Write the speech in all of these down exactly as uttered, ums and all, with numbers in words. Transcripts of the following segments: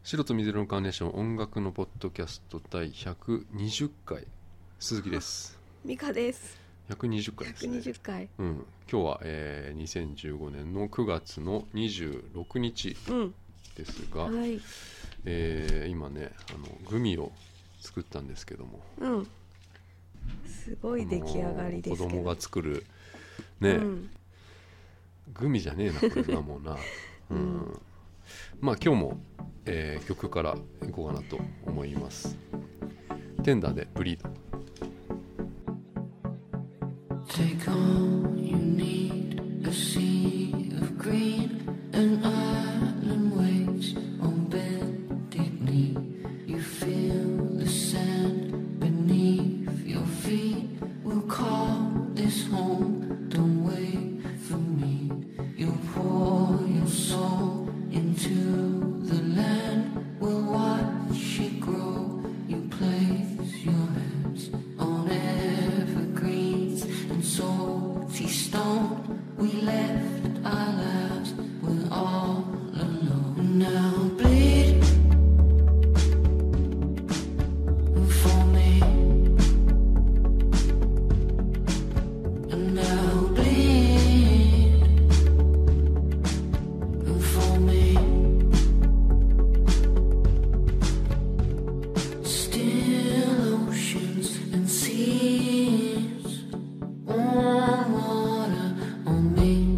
白と水色のカーネーション音楽のポッドキャスト第ひゃくにじゅっかい、鈴木です。 ミカです。 ひゃくにじゅっかいですね。 ひゃくにじゅっかい、 うん、今日は、えー、にせんじゅうごねんのくがつのにじゅうろくにちですが、 うん、はい、 えー、今ねあのグミを作ったんですけども、 うん、すごい出来上がりですけど、 子供が作るね、うん、グミじゃねえなこれなもうな、うんうん、まあ今日も、えー、曲からいこうかなと思います。テンダーでブリード。 Take all you need, a sea of green, an island waits on bended knee. You feel the sand beneath your feet. We'll call this home, don't wait for me. You'll pour your soul into the land, we'll watch it grow. You place your hands on evergreens and salty stone. We left our lives, we're all alone. Now bleed for me, and now bleed for me. Still oceans and seas, warm water on me.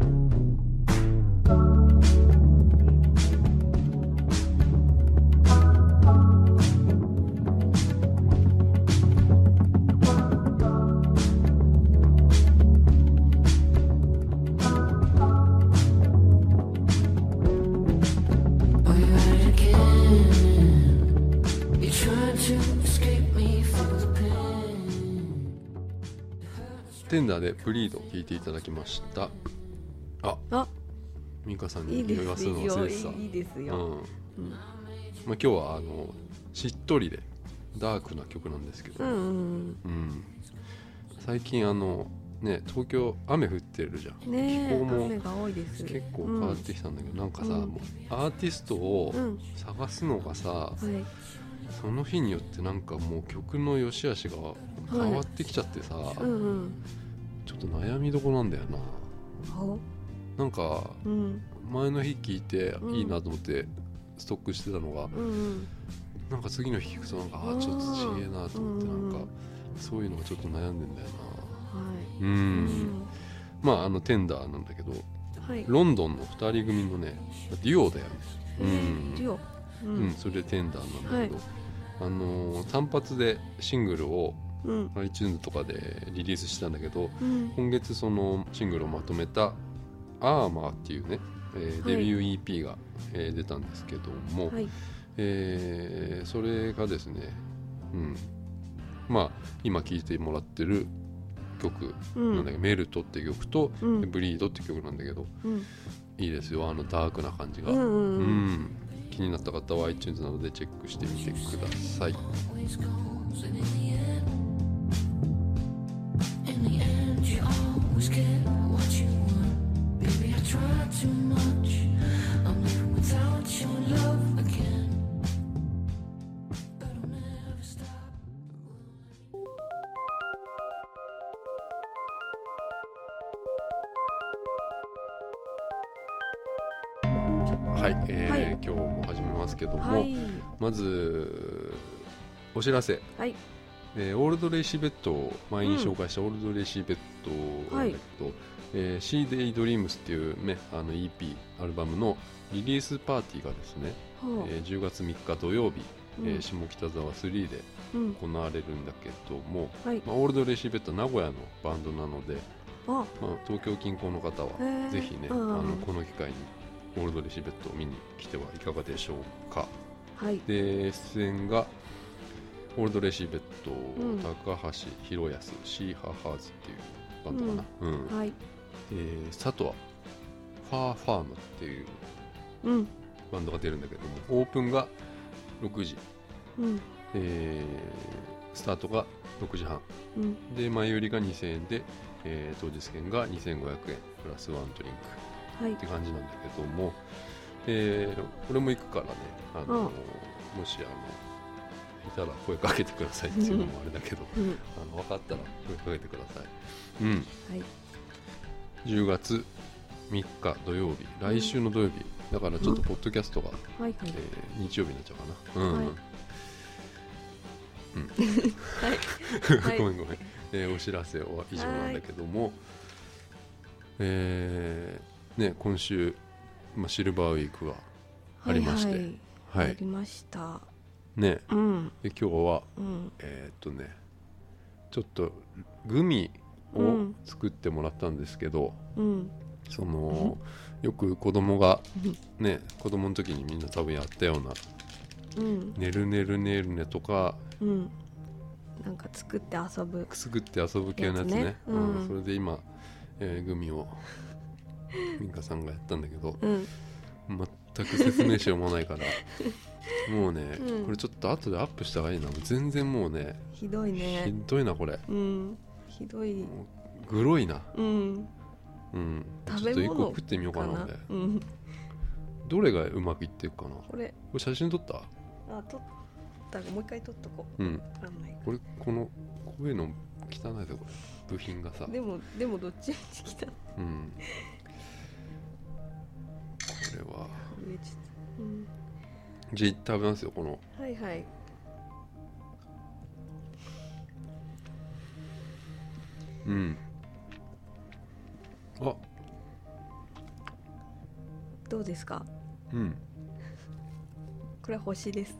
Are you at it again? You tried to escape me from the pain. テンダーでブリード聴いていただきました。あ、 あ、 ミカさんいいですに言わすの忘れてた。 よ、いいですよ、 うんうん、 まあ、今日はあのしっとりでダークな曲なんですけど、 うんうんうん、最近あのね東京雨降ってるじゃん、 ねえ、 気候も雨が多いです。 結構変わってきたんだけど、うん、なんかさ、 うん、 もうアーティストを探すのがさ、 はい、 その日によってなんかもう曲の良し悪しが変わってきちゃってさ、はい、うんうん、ちょっと悩みどこなんだよな。なんか、うん、前の日聴いていいなと思ってストックしてたのが、うんうん、なんか次の日聴くとなんかあちょっと違えなと思って、なんかそういうのがちょっと悩んでんだよな。はい、うん、うん、まああのテンダーなんだけど、はい、ロンドンのふたり組のねデュオだよね、うん、デュオ、うんうん、それでテンダーなんだけど、はい、あのー、単発でシングルをうん、iTunes とかでリリースしたんだけど、うん、今月そのシングルをまとめたアーマーっていうね、えー、デビュー イーピー が、えー、出たんですけども、はい、えー、それがですね、うん、まあ今聴いてもらってる曲なんだけど、うん、メルトっていう曲と、うん、ブリードっていう曲なんだけど、うん、いいですよ、あのダークな感じが、うんうんうんうん、気になった方は iTunes などでチェックしてみてください。 In the end, you always get what you want. Baby, I tried too much. I'm living without your love again. But I'll never stop. はい、えーはい、今日も始めますけども、はい、まずお知らせ。はい、えー、オールドレイシーベッドを前に紹介したオールドレイシーベッドなんだけど、えー、シーデイドリームスっていう、ね、あの イーピー アルバムのリリースパーティーがですね、えー、じゅうがつみっか土曜日、うん、えー、下北沢スリーで行われるんだけども、うん、はい、まあ、オールドレイシーベッドは名古屋のバンドなので、あ、まあ、東京近郊の方はぜひね、あのこの機会にオールドレイシーベッドを見に来てはいかがでしょうか。はい、で出演がオールドレイシーベッド、うん、高橋宏康シーハーハーズっていうバンドかな、うんうん、はい、えー、佐藤ファーファームっていうバンドが出るんだけども、オープンがろくじ、うん、えー、スタートがろくじはん、うん、で前売りがにせんえんで、えー、当日券がにせんごひゃくえんプラスワンドリンク、はい、って感じなんだけども、えー、俺も行くからね、 あの、うん、もしあのいたら声かけてくださいっていうのもあれだけど、うん、あの分かったら声かけてください。うん、はい、じゅうがつみっか土曜日、来週の土曜日だからちょっとポッドキャストが、うんはいはいえー、日曜日になっちゃうかな、うんはいうんはい、ごめんごめん、えー、お知らせは以上なんだけども、えーね、今週、まあ、シルバーウィークがありまして、はいはいはい、ありましたね、うん、で今日は、うん、えー、っとねちょっとグミを作ってもらったんですけど、うん、そのよく子供がね子供の時にみんな多分やったような、うん、ねるねるねるねとか、 うん、なんか作って遊ぶ作って遊ぶ系のやつね、やつね、うんうん、それで今、えー、グミをミンカさんがやったんだけど、うん、全く説明しようもないからもうね、うん、これちょっと後でアップした方がいいな。全然もうねひどいねひどいなこれ、 うん、ひどいグロいな、 うんうん、ちょっと一個食ってみようかな俺、うん、どれがうまくいってるかな。 これこれ写真撮った？ あ、撮ったらもう一回撮っとこう、 うん、これこのこういうの汚いでこれ部品がさ。 でもでもどっちみち来た、 うん、これは上ちょっと、うん、 じゃあ食べますよこの。 はいはい。 うん。あ。 どうですか？ うん。 これは星です。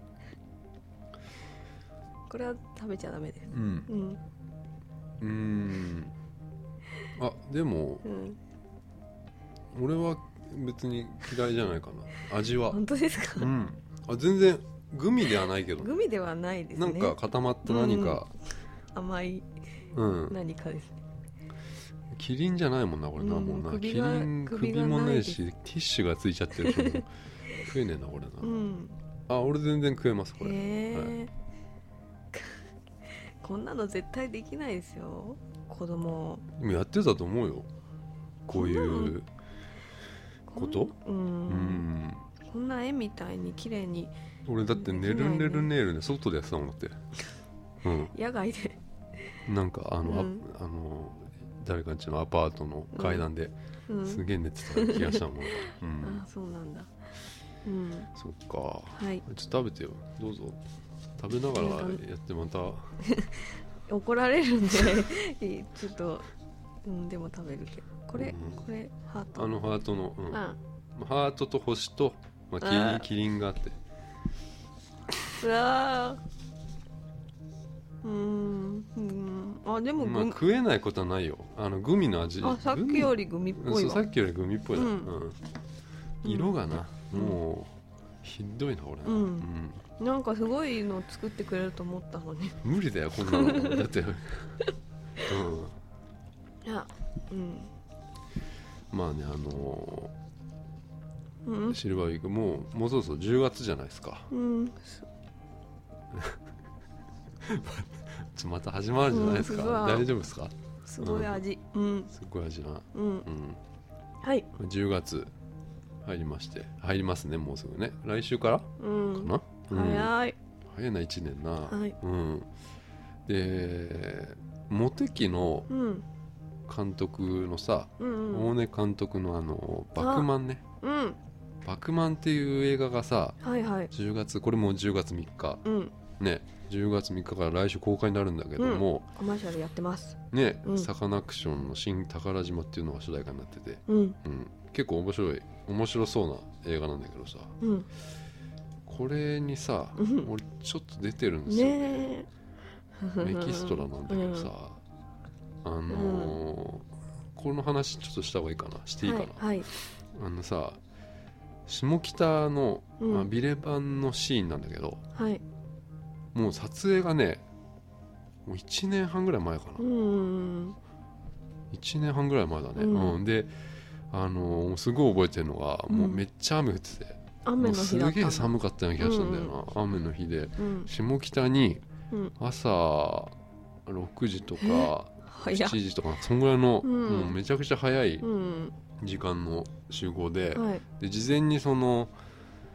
これは食べちゃダメです。 うん。うん。うーん。あ、でも、うん、俺は別に嫌いじゃないかな。味は。 本当ですか？ うん。あ、全然グミではないけど。 グミではないですね。 なんか固まった何か、 うん、甘い何かですね。 うん、キリンじゃないもんなこれな、うん、もうなキリン首もないしティッシュがついちゃってるし食えねえなこれな、うん、あ、俺全然食えますこれ、へー、はい、 こんなの絶対できないですよ子供。 でもやってたと思うよこういうこと。 うん、うん、こんな絵みたいに綺麗に。 俺だってねるねるねるね外でやってたもんだって、うん、 野外でなんかあの、うん、あ, あの誰かんちのアパートの階段で、うん、すげえ寝てた気がしたもん、うん、 あ、そうなんだ、うん、 そっか、 はい、 ちょっと食べてよどうぞ。食べながらやってまた怒られるんでちょっと、うん、でも食べるけどこれ、うん、これハート、 あのハートの、うん、ハートと星と、まあ、キリン、キリンがあって、 うわー、うーん、うん、あ、でも、 まあ、食えないことはないよ。あのグミの味、 あ、さっきよりグミっぽいわ。 さっきよりグミっぽいな、うんうん、色がな、うん、もうひどいなこれ、うんうん、なんかすごいの作ってくれると思ったのに無理だよこんなのだって、うん、 いや、うん、 まあね、あのーうん、シルバーウィークもうもうそろそろじゅうがつじゃないですか、うん、また始まるじゃないですか、うん、大丈夫ですか？ すごい味、うん、 すごい味な、 うんうん、はい、 じゅうがつ入りまして入りますね、もうすぐね、来週から、うん、かな、 うん、早い早いな、いちねんな、 はい、 うん、でモテキの監督のさ、うんうん、大根監督のあのバクマンね、うん、バクマンっていう映画がさ、 はいはい、 じゅうがつ、これもじゅうがつみっか、うん、ね、じゅうがつみっかから来週公開になるんだけども、 うん、コマーシャルやってますね、うん、サカナクションの新宝島っていうのが主題歌になってて、うんうん、結構面白い面白そうな映画なんだけどさ、うん、これにさ、うん、俺ちょっと出てるんですよ ね, ねメキストラなんだけどさ、うん、あのーうん、この話ちょっとした方がいいかな、していいかな、 はいはい、 あのさ下北の、うん、まあ、ビレバンのシーンなんだけど、はい、もう撮影がねもういちねんはんぐらい前かな、うん、いちねんはんぐらい前だね、うんうん、で、あのー、すごい覚えてるのが、うん、もうめっちゃ雨降ってて、 雨の日だった、 すげえ寒かったような気がしたんだよな、うんうん、雨の日で、うん、下北に朝ろくじとかしちじとかそんぐらいの、うん、もうめちゃくちゃ早い時間の集合で、うん、で事前にその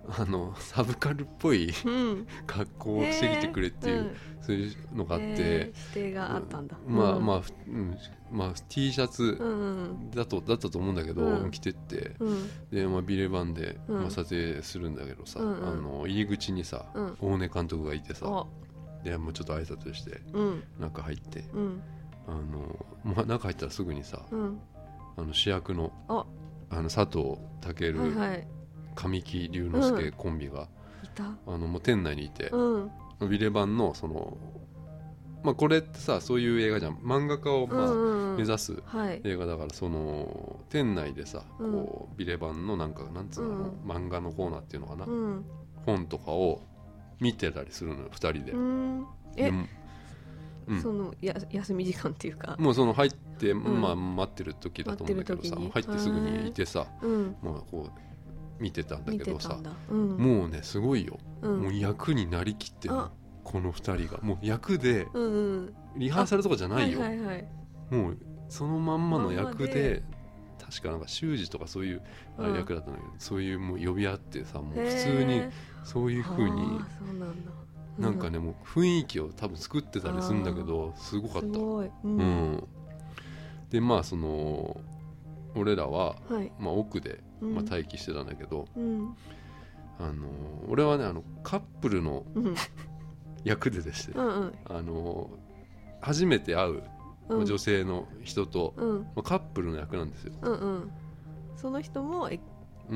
あのサブカルっぽい、うん、格好をしてきてくれっていう、うん、そういうのがあって、 えー、指定があったんだ、 うん、まあまあ、うんまあ、T シャツだと、うん、だったと思うんだけど、うん、着てって、うん、で、まあ、ビレバンで、まあ、撮影するんだけどさ、うん、あの入り口にさ、うん、大根監督がいてさ、でもうちょっと挨拶して、うん、中入って、うん、あのまあ、中入ったらすぐにさ、うん、あの主役のあの佐藤健、はいはい、神木隆之介コンビが、 いたあのもう店内にいて、うん、ビレバンのその、まあ、これってさそういう映画じゃん、漫画家をまあ、うんうん、目指す映画だから、その店内でさ、うん、こうビレバンのなんかなんつうの、うん、漫画のコーナーっていうのかな、うん、本とかを見てたりするのよふたりで、うん、えでもうん、そのや休み時間っていうかもうその入って、うんまあ、待ってる時だと思うんだけどさ、入ってすぐにいてさ、うんまあ、こう見てたんだけどさ、うん、もうねすごいよ、うん、もう役になりきってるこのふたりがもう役で、うんうん、リハーサルとかじゃないよ、はいはいはい、もうそのまんまの役で、確かなんか修二とかそういうあれ役だったんだけど、うん、そういうもう呼び合ってさ、もう普通にそういう風になんかねもう雰囲気を多分作ってたりするんだけど、すごかった。すごい、うんうん、でまあその俺らは、はいまあ、奥で、まあ、待機してたんだけど、うん、あの俺はねあのカップルの、うん、役ででして、うんうん、あの初めて会う、うん、女性の人と、うんまあ、カップルの役なんですよ、うんうん、 その人もうん、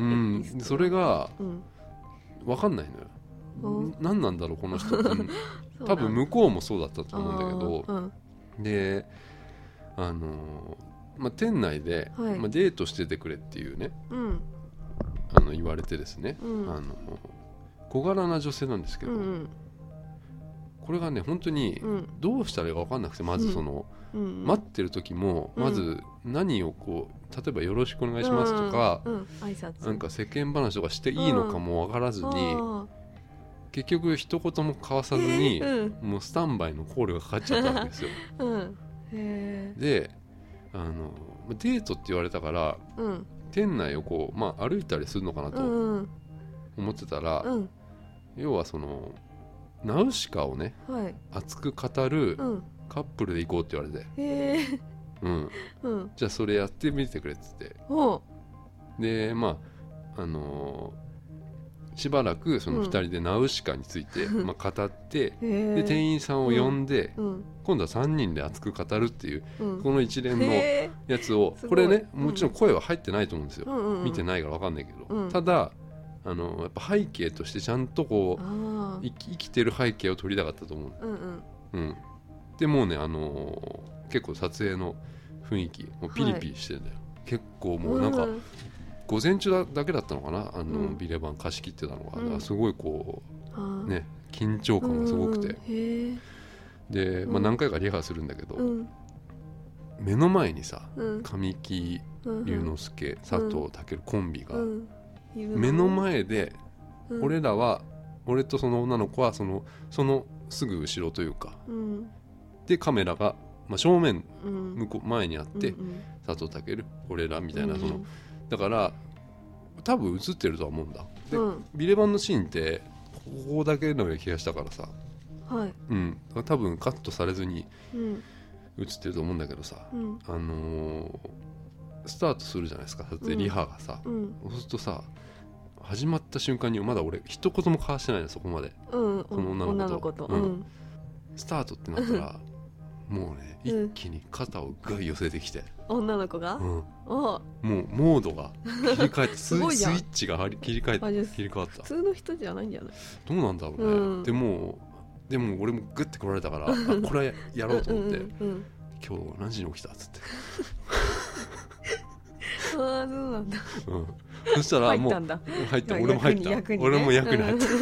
それが、うん、分かんないのよ。何なんだろうこの人って多分向こうもそうだったと思うんだけど、うん、であのーまあ、店内で、はいまあ、デートしててくれっていうね、うん、あの言われてですね、うん、あの小柄な女性なんですけど、うん、これがね本当にどうしたらいいか分かんなくて、まずその、うん、待ってる時もまず何をこう例えばよろしくお願いしますとか、うんうん、挨拶なんか世間話とかしていいのかも分からずに、うん結局一言も交わさずに、えーうん、もうスタンバイのコールがかかっちゃったわけですよ、うん、へであのデートって言われたから、うん、店内をこう、まあ、歩いたりするのかなと思ってたら、うん、要はそのナウシカをね、はい、熱く語るカップルで行こうって言われて、へうんうん、じゃあそれやってみてくれって言ってでまああのーしばらくそのふたりでナウシカについて、うんまあ、語ってで店員さんを呼んで、うん、今度はさんにんで熱く語るっていう、うん、この一連のやつをこれねもちろん声は入ってないと思うんですよ、うん、見てないから分かんないけど、うん、ただあのやっぱ背景としてちゃんとこう生き、生きてる背景を撮りたかったと思う、うんうんうん、でもうね、あのー、結構撮影の雰囲気もうピリピリしてるんだよ、はい、結構もうなんか、うん午前中だけだったのかなあの、うん、ビレバン貸し切ってたのが、うん、だからすごいこうね緊張感がすごくて、うん、で、まあ、何回かリハするんだけど、うん、目の前にさ、うん、神木隆之介、佐藤健コンビが、目の前で、俺らは俺とその女の子はその、そのすぐ後ろというか、でカメラが、まあ、正面向こう前にあって、佐藤健俺らみたいなそのだから多分映ってるとは思うんだで、うん、ビレバンのシーンってここだけのような気がしたからさ、はいうん、多分カットされずに映ってると思うんだけどさ、うん、あのー、スタートするじゃないですか撮影リハがさ、うん、そうするとさ始まった瞬間にまだ俺一言も交わしてないのそこまで、うん、その女の子と、女の子とうん、スタートってなったらもうね一気に肩をガイ寄せてきて、 うん、女の子が、うん、 もうモードが切り替えてスイッチが切り替えて切り替わった普通の人じゃないんじゃないどうなんだろうね、うん、でもでも俺もグッて来られたからあこれやろうと思って、うんうん、今日何時に起きたっつってああそうなんだ、 うん、そしたらもう入ったんだ入った俺も入った、ね、俺も役に入った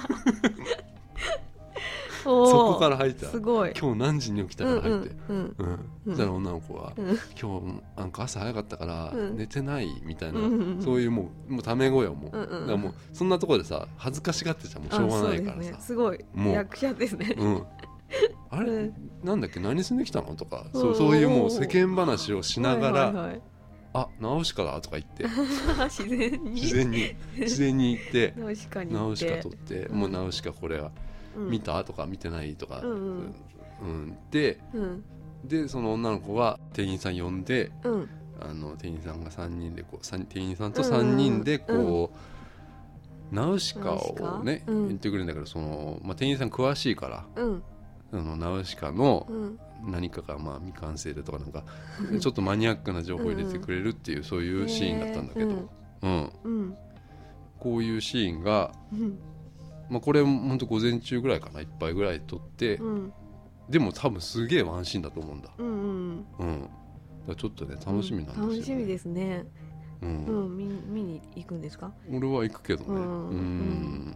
そこから入ったすごい今日何時に起きたから入って、うんうんうん、そしたら女の子は、うん、今日なんか朝早かったから寝てないみたいな、うん、そういうもう、もうタメ声をもう、うんうん、だからもうそんなところでさ恥ずかしがってちゃもうしょうがないからさ、ね、 すごい役者ですね、 うん、あれ、うん、なんだっけ何しに来たのとか、うん、そう、そういうもう世間話をしながら、はいはいはい、 あナウシカだとか言って自然に自然に自然に行ってナウシカに行ってナウシカ撮って、うん、もうナウシカこれは見た、 うん、 とか見てないとか、 うんうんうん、で、うん、でその女の子が店員さん呼んで、うん、あの店員さんがさんにんでこう店員さんとさんにんでこう、うんうん、ナウシカをね、うん、言ってくれるんだけどその、まあ、店員さん詳しいから、うん、そのナウシカの何かがまあ未完成でとかなんかちょっとマニアックな情報を入れてくれるっていうそういうシーンだったんだけど、うんうんうん、こういうシーンが、うんまあ、これほんと午前中ぐらいかないっぱいぐらい撮って、うん、でも多分すげえワンシーンだと思うんだ、うんうんうん、だからちょっとね楽しみなんですよ、ねうん、 楽しみですね、うんうん、見, 見に行くんですか？ 俺は行くけどね、うんうんうん、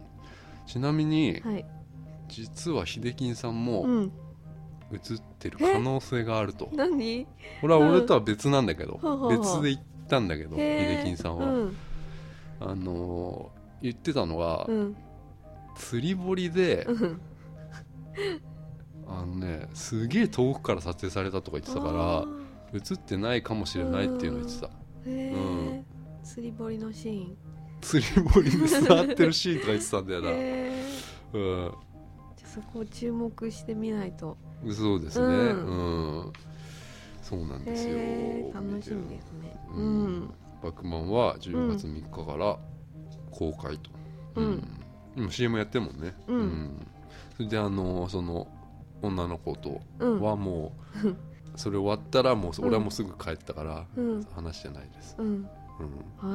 ちなみに、はい、実は秀樹さんも、うん映ってる可能性があると。 何？ これは俺とは別なんだけど、うん、別で言ったんだけど秀樹さんは、うん、あのー、言ってたのは、うん、釣り堀で、うん、あのねすげえ遠くから撮影されたとか言ってたから映ってないかもしれないっていうのを言ってた、うんへうん、釣り堀のシーン釣り堀で座ってるシーンとか言ってたんだよな、へうん、じゃあそこを注目してみないと。 そうですね、うんうん、そうなんですよ、 楽しみですね、 うんうん、バクマンはじゅうがつみっかから公開と、うんうん、今 シーエム やってるもんね、うんうん、それであのその女の子とはもう、うん、それ終わったらもう俺はもうすぐ帰ったから、うん、話してないです、うんうん、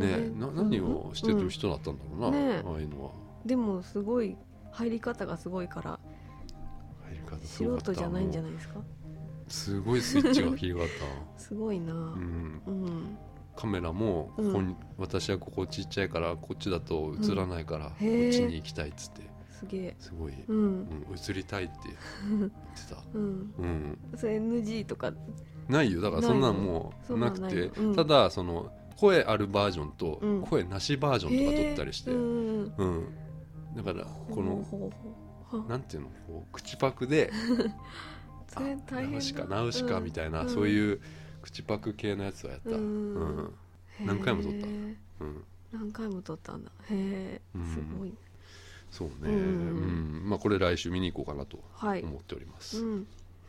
ねな何をしてる人だったんだろうな、ね、ああいうのは。 でもすごい入り方がすごいから素人じゃないんじゃないですか。 すごいスイッチが切り替わったすごいな、うんうん、 カメラもここに、うん、私はここちっちゃいからこっちだと映らないから、うん、こっちに行きたいっつってすげえすごい、うんうん、映りたいって言ってた、うんうん、それ エヌジー とかないよだからそんなんもうなくて、うん、ただその声あるバージョンと声なしバージョンとか撮ったりして、うんうん、だからこのなんていうのこう口パクでそれ大変ナウシカナウシカみたいな、うん、そういう口パク系のやつはやった、うんうん、何回も撮った、うん、 何回も撮ったんだへえ、うん、すごい、ね、 そうね、うんうんまあ、これ来週見に行こうかなと思っております、はいうん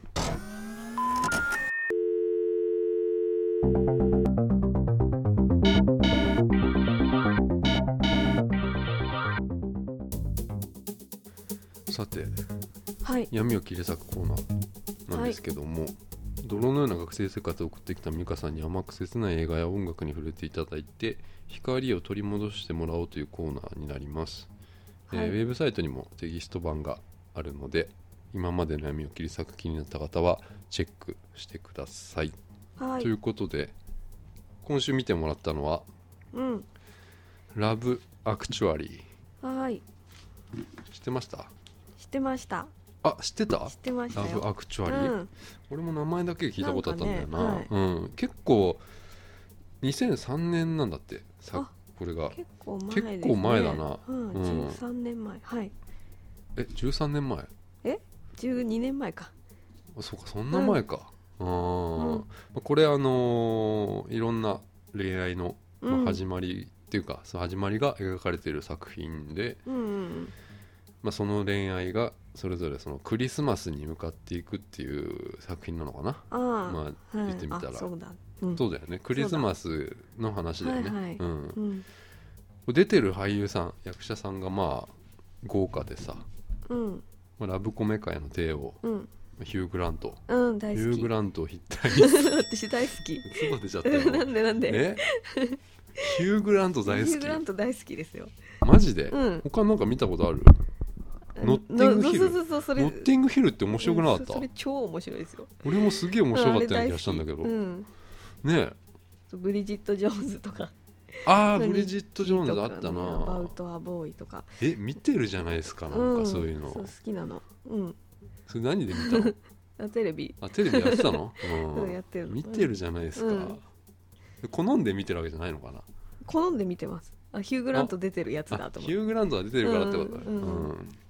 さて、はい、闇を切り裂くコーナーなんですけども、はい、泥のような学生生活を送ってきた美香さんに甘く切ない映画や音楽に触れていただいて光を取り戻してもらおうというコーナーになります、はいえー、ウェブサイトにもテキスト版があるので今までの闇を切り裂く気になった方はチェックしてください、はい、ということで今週見てもらったのは、うん、ラブアクチュアリー、はい、知ってました？ 知ってました。 あ、知ってた？ 知ってましたよ。 ラブアクチュアリー、うん、俺も名前だけ聞いたことあったんだよ な, な、ねはいうん、結構にせんさんねんなんだってさこれが結構前ですね。 結構前だな、 うんうん、じゅうさんねんまえはいえじゅうさんねんまええじゅうにねんまえかあそうかそんな前か、うん、あ、うん、これあのー、いろんな恋愛の、まあ、始まり、うん、っていうかその始まりが描かれている作品で、うんうんまあ、その恋愛がそれぞれそのクリスマスに向かっていくっていう作品なのかなあ、まあ、言ってみたら、はい、そうだ、うん、そうだよねクリスマスの話だよね、はいはいうんうん、出てる俳優さん役者さんがまあ豪華でさ、うんまあ、ラブコメ界の帝王、うん、ヒュー・グラント、うん、大好きヒュー・グラントを筆体に私大好きつば出ちゃったよなんでなんでヒュー・グラント大好きヒュー・グラント大好きですよマジで、うん、他なんか見たことある？ノッティングヒルノッティングヒルって面白くなかった？ それ超面白いですよ俺もすげえ面白かったような気がしたんだけど、うん、ねえブリジット・ジョーンズとかああブリジット・ジョーンズあったなアバウト・ア・ボーイとかえ見てるじゃないですかなんかそういうの、うん、 そう好きなのうんそれ何で見たのあテレビあテレビやってたの、 うん、やってる見てるじゃないですか、うん、好んで見てるわけじゃないのかな好んで見てますあヒュー・グラント出てるやつだと思ってヒュー・グラントが出てるからってことだ、うんうんうん、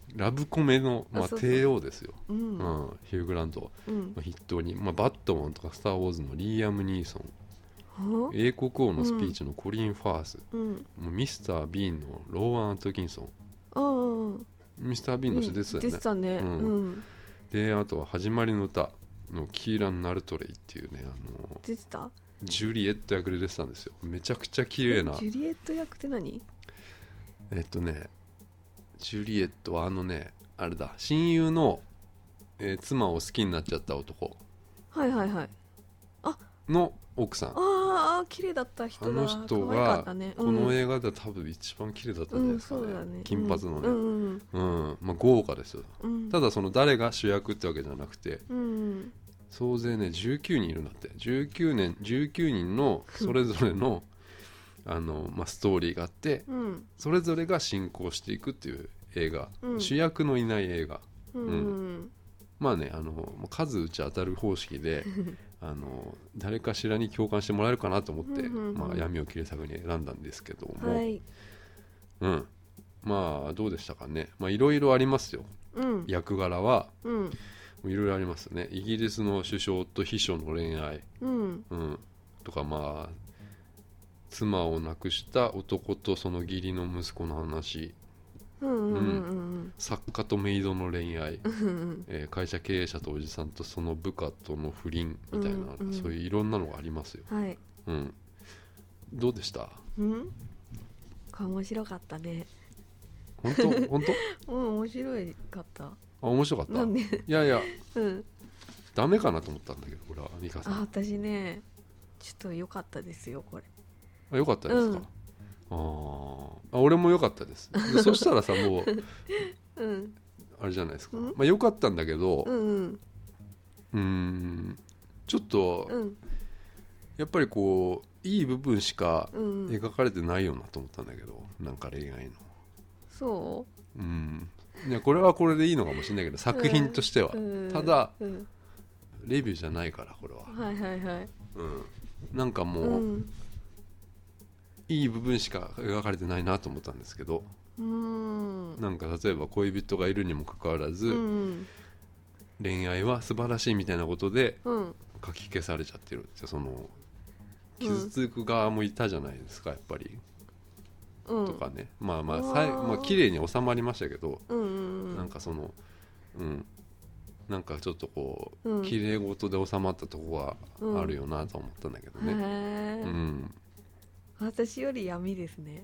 ラブコメの、まあ、 そうそう帝王ですよ、 うんうん、ヒュー・グラント、 うんまあ、筆頭に、まあ、バットマンとかスター・ウォーズのリーアム・ニーソン、 は英国王のスピーチのコリン・ファース、 うんもうミスター・ビーンのローアン・アトキンソン、 ああミスター・ビーンの人出てたよね、 出てたねううんんであとは始まりの歌のキーラン・ナルトレイっていうね、あの出てたジュリエット役で出てたんですよ。めちゃくちゃ綺麗なジュリエット役って何えっとねジュリエットはあのねあれだ、親友の、えー妻を好きになっちゃった男はいはいはいの奥さん、 ああ綺麗だった人だあの人可愛かっがたねこの映画では多分一番綺麗だったんじゃないですかね、 うんそうだね金髪のね、 うんうんうんまあ、豪華ですよ。 うんただその誰が主役ってわけじゃなくてうん総勢ねじゅうきゅうにんいるんだって。じゅうきゅうねんじゅうきゅうにんのそれぞれのあの、まあ、ストーリーがあってうんそれぞれが進行していくっていう映画、 うん主役のいない映画。 うんうんまあねあの数打ち当たる方式であの誰かしらに共感してもらえるかなと思って、 うんうんうんまあ、闇を切り裂くに選んだんですけども、 はいうん、まあどうでしたかね。まあいろいろありますよ。 うん役柄はうんいろいろありますね。イギリスの首相と秘書の恋愛、 うんうん、とかまあ妻を亡くした男とその義理の息子の話、 うんうんうん作家とメイドの恋愛、 うんえー会社経営者とおじさんとその部下との不倫みたいな、 うんうんそういういろんなのがありますよ、 はいうん、どうでした？ うん面白かったね本当本当うん面白いかったあ面白かったなんでいやいやうんダメかなと思ったんだけど俺はミカさんあ私ねちょっと良かったですよこれあ良かったですか、 うんあーあ俺も良かったですでそしたらさもううんあれじゃないですか、 うんまあ良かったんだけどうんうんうーんちょっとうんやっぱりこういい部分しかうん描かれてないよなと思ったんだけど、なんか恋愛のそうんいやこれはこれでいいのかもしれないけど作品としては、 う、うん、 ただうん、 レビューじゃないからこれは、 はいはいはいうん、なんかもう、 うんいい部分しか描かれてないなと思ったんですけど、 うんなんか例えば恋人がいるにもかかわらず、 うん恋愛は素晴らしいみたいなことでうん書き消されちゃってるってその傷つく側もいたじゃないですかやっぱり、 うんとかねまあまああーさいまあ綺麗に収まりましたけど、 うんうんなんかそのうんなんかちょっとこう、 うん綺麗事で収まったとこがあるよなと思ったんだけどね、 へえ、 うん私より闇ですね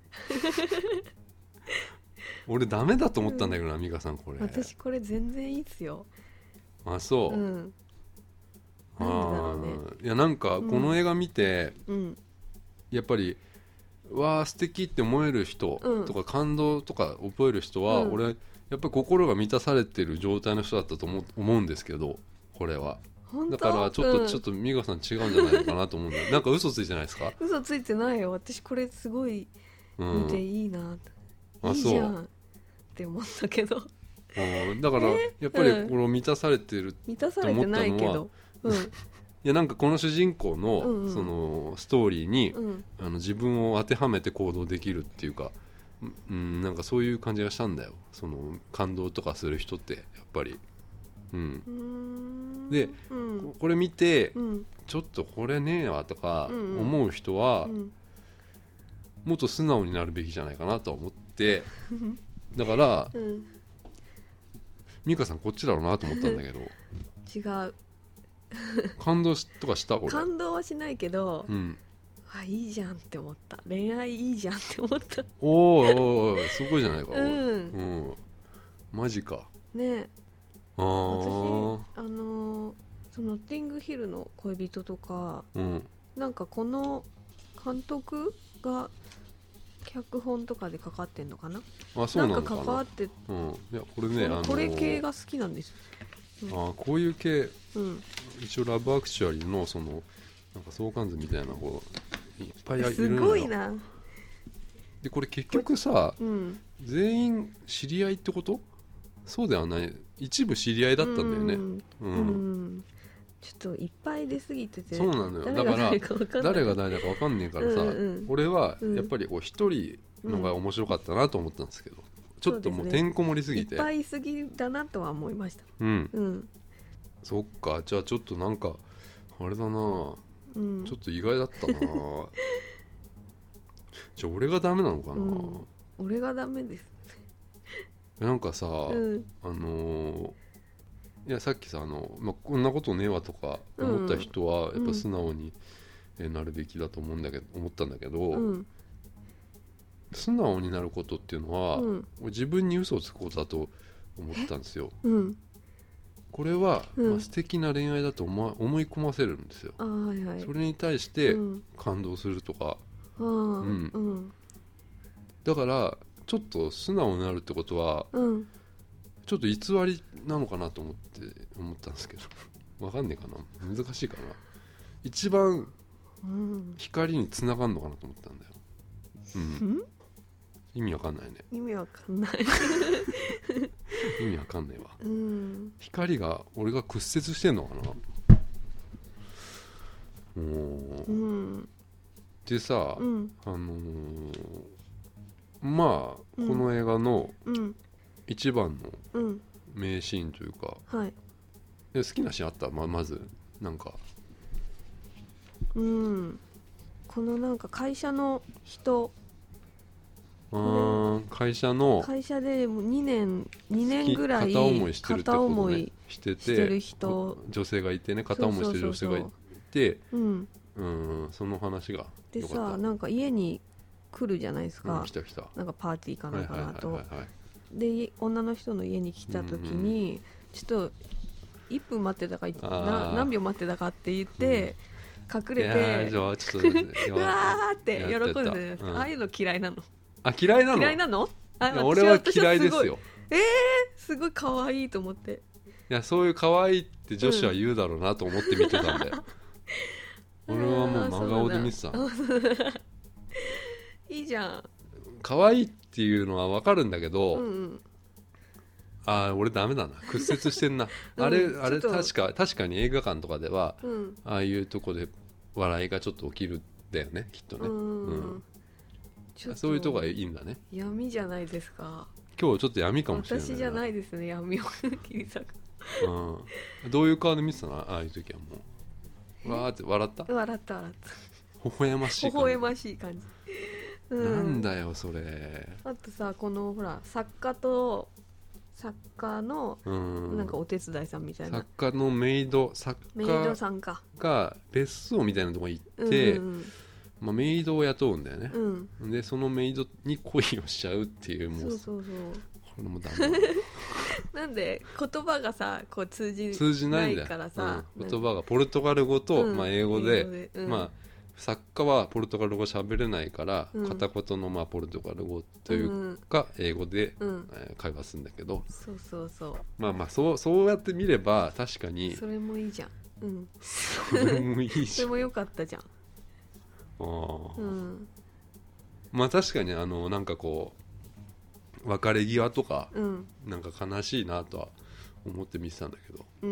俺ダメだと思ったんだけどな、美香さんこれ。 私これ全然いいっすよあそう、 うんあなんでだろうねーいやなんかこの映画見て、 うんやっぱりわあ素敵って思える人うんとか感動とか覚える人は、 うん俺やっぱり心が満たされてる状態の人だったと思う、思うんですけどこれは本当だからちょっと、 うん、 ちょっと美香さん違うんじゃないのかなと思うんだよなんか嘘ついてないですか？ 嘘ついてないよ私これすごいうん見ていいな、 あいいじゃんって思ったけどうんだからやっぱりうんこの満たされてる、 満たされてないけどうんいやなんかこの主人公の、 うんうんそのストーリーに、 うんあの自分を当てはめて行動できるっていうか、うん、なんかそういう感じがしたんだよその感動とかする人ってやっぱり、うんうーんでうんこれ見て、 うんちょっとこれねえわとかうんうん思う人は、 うんもっと素直になるべきじゃないかなと思ってだからうん美香さんこっちだろうなと思ったんだけど違う感動しとかしたこれ、 感動はしないけど、 うん、 あいいじゃんって思った恋愛いいじゃんって思ったおーおーおーすごいじゃないか、おいうんうん、マジかねあー私あのーそのノッティングヒルの恋人とかうんなんかこの監督が脚本とかでかかってんのかなあそうななんのかなか関わって、 うん、いやこれねあのこれ系が好きなんですあこういう系うん一応ラブアクチュアリーのそのなんか相関図みたいなこういっぱいいるのよすごいなでこれ結局さうん全員知り合いってことそうではない一部知り合いだったんだよねうん、 うんうんちょっといっぱい出過ぎててそうなのよ誰が誰か分かんない誰が誰だか分かんねえからさ、 うんうん俺はうんやっぱりこう一人のが面白かったなと思ったんですけど、 ちょっともうてんこ盛りすぎて、 いっぱいいすぎだなとは思いました。 うん、 うん、 そっか。じゃあちょっとなんかあれだな、うん、ちょっと意外だったなじゃあ俺がダメなのかな、うん、 俺がダメですなんかさ、うん、あのー、いやさっきさあの、まあ、こんなことねえわとか思った人はやっぱ素直になるべきだと思うんだけど、思ったんだけど、うん、素直になることっていうのは、うん、自分に嘘をつくことだと思ったんですよ、うん、これは、うんまあ、素敵な恋愛だと 思, 思い込ませるんですよ、はいはい、それに対して感動するとか、うんうんうん、だからちょっと素直になるってことは、うん、ちょっと偽りなのかなと思って思ったんですけどわかんねえかな、難しいかな、一番光に繋がるのかなと思ったんだよ、うん、意味わかんないね。 意味わかんない意味わかんないわ、うん、光が俺が屈折してんのかな、うん、でさ、うん、あのー、まあ、うん、この映画の一番の名シーンというか、うんはい、で好きなシーンあった、ま、まずなんか、 うん、このなんか会社の人、 あ会社の会社でもうにねんにねんぐらい片思いしてるってことね、 片思いしててる人、 女性がいてね、片思いしてる女性がいて、うん、うんその話がでさ、なんか家に来るじゃないですか、 うん、来た来た、 なんかパーティーかなんかなと、で女の人の家に来た時に、うんうん、ちょっといっぷん待ってたかな何秒待ってたかって言って、うん、隠れてじゃあちょっとうわーって喜んで、うん、ああいうの嫌いなの。 あ嫌いなの？ 嫌いなの？あ俺は嫌いですよ。 えー、すごい可愛いと思って。 いやそういう可愛いって女子は言うだろうなと思って見てたんだよ、うん、俺はもう真顔で見てたいいじゃん。 可愛いっていうのは分かるんだけど、うんうん、あ俺ダメだな、屈折してんなあれ、うん、あれ確か確かに映画館とかでは、うん、ああいうとこで笑いがちょっと起きるんだよねきっとね、うん、うんそういうとこがいいんだね。 闇じゃないですか。 今日ちょっと闇かもしれない。 私じゃないですね、闇を切り裂く、 うん、どういう顔で見てたの？ああいう時はもうわーって笑った？ 笑った笑った微笑ましい感じ。 微笑ましい感じ、 うん、なんだよそれ。 あとさ、このほら作家と作家のなんかお手伝いさんみたいな、 作家のメイド作家メイドさんかが別荘みたいなとこ行って、うんうんまあ、メイドを雇うんだよね、うん、でそのメイドに恋をしちゃうっていう、もうそうそうそう、 これもダメなんで言葉がさこう通じ通じないからさ、うん、言葉がポルトガル語と、うんまあ、英語で、英語でうん、まあ作家はポルトガル語喋れないから、うん、片言のまあポルトガル語というか、うん、英語で、うんえー、会話するんだけど、 そうそうそう、 まあまあそうそうやって見れば確かにそれもいいじゃん、うん、 それもいいしそれもよかったじゃん。 あ、うん、まあ確かにあのなんかこう別れ際とか、うん、なんか悲しいなとは思って見てたんだけど、うんうん、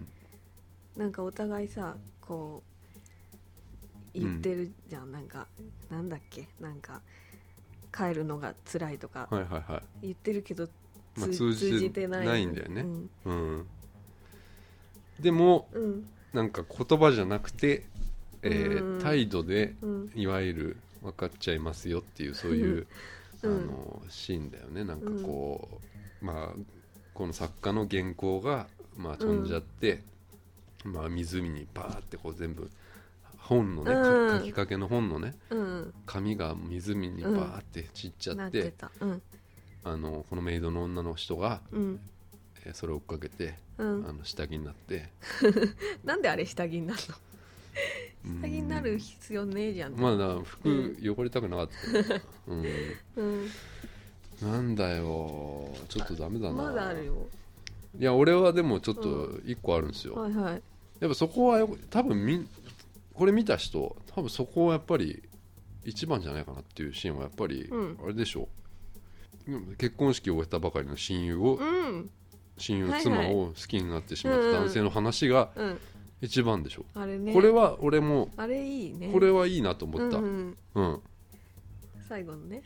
なんかお互いさこう言ってるじゃん、うん、なんかなんだっけ、なんか帰るのが辛いとか言ってるけど、 まあ、通じてないんだよね、うんうん、でも、うん、なんか言葉じゃなくて、えー、態度で、うん、いわゆる分かっちゃいますよっていうそういう、うん、あのシーンだよね。なんかこう、まあこの作家の原稿が、まあ、飛んじゃって、まあ、湖にバーってこう全部本のね、うん、書きかけの本のね、うん、紙が湖にバーって散っちゃって、うん、あのこのメイドの女の人が、うんえー、それを追っかけて、うん、あの下着になってなんであれ下着になるの下着になる必要ねえじゃん。 まあだ服汚れたくなかった、うんうん、なんだよちょっとダメだな。 まだあるよ。 いや俺はでもちょっと一個あるんですよ、うんはいはい、やっぱそこはよ多分みこれ見た人多分そこはやっぱり一番じゃないかなっていうシーンはやっぱりあれでしょう、うん、結婚式を終えたばかりの親友を、うん、親友の妻を好きになってしまった男性の話が一番でしょう、うんうん、あれね、これは俺もあれいいね、 これはいいなと思った、うん、うんうん、最後のね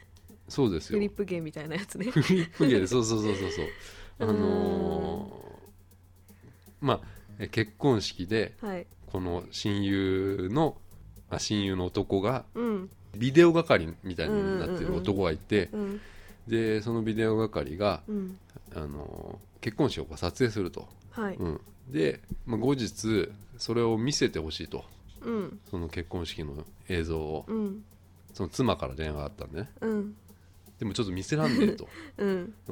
そうですよ。 フリップ芸みたいなやつね。 フリップ芸でそうそうそうそうそうあのー、まあ結婚式で、はい、この親友のあ親友の男が、うん、ビデオ係みたいになってる男がいて、うんうんうん、でそのビデオ係が、うん、あのー、結婚式を撮影すると、はい、うん、で、まあ、後日それを見せてほしいと、うん、その結婚式の映像を、うん、その妻から電話があったんでね、うん、でもちょっと見せらんねえと、うんうん、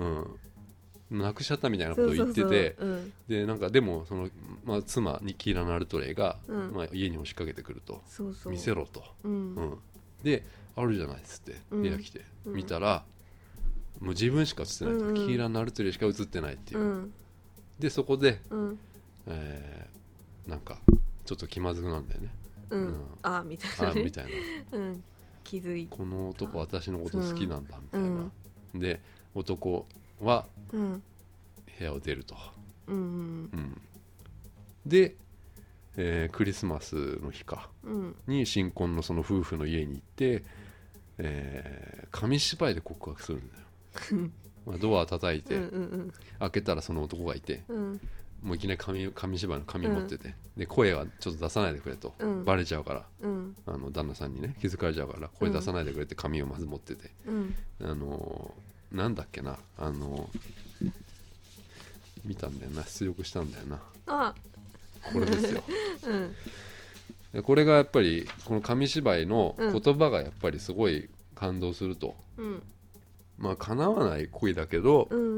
なくしちゃったみたいなことを言ってて、そうそうそう、うん、でなんかでもその、まあ、妻ニキーラ・ナルトレイが、うんまあ、家に押しかけてくると、そうそう見せろと、うんうん、であるじゃないっつって部屋来て、うん、見たらもう自分しか映ってないと、うんうん、キーラ・ナルトレイしか映ってないっていう、うん、でそこで、うんえー、なんかちょっと気まずくなんだよね、うんうん、あみたいな、ね、あみたいな、うん気づいこの男私のこと好きなんだみたいな、うんうん、で男は部屋を出ると、うんうんうん、で、えー、クリスマスの日か、うん、に新婚のその夫婦の家に行って、えー、紙芝居で告白するんだよまあドア叩いて、うんうんうん、開けたらその男がいて、うんもういきなり 紙, 紙芝居の紙持ってて、うん、で声はちょっと出さないでくれと、うん、バレちゃうから、うん、あの旦那さんにね気づかれちゃうから声出さないでくれって紙をまず持ってて、うん、あのー、なんだっけなあのー、見たんだよな出力したんだよなあこれですよ、うん、でこれがやっぱりこの紙芝居の言葉がやっぱりすごい感動すると、うん、まあ叶わない恋だけど、うん、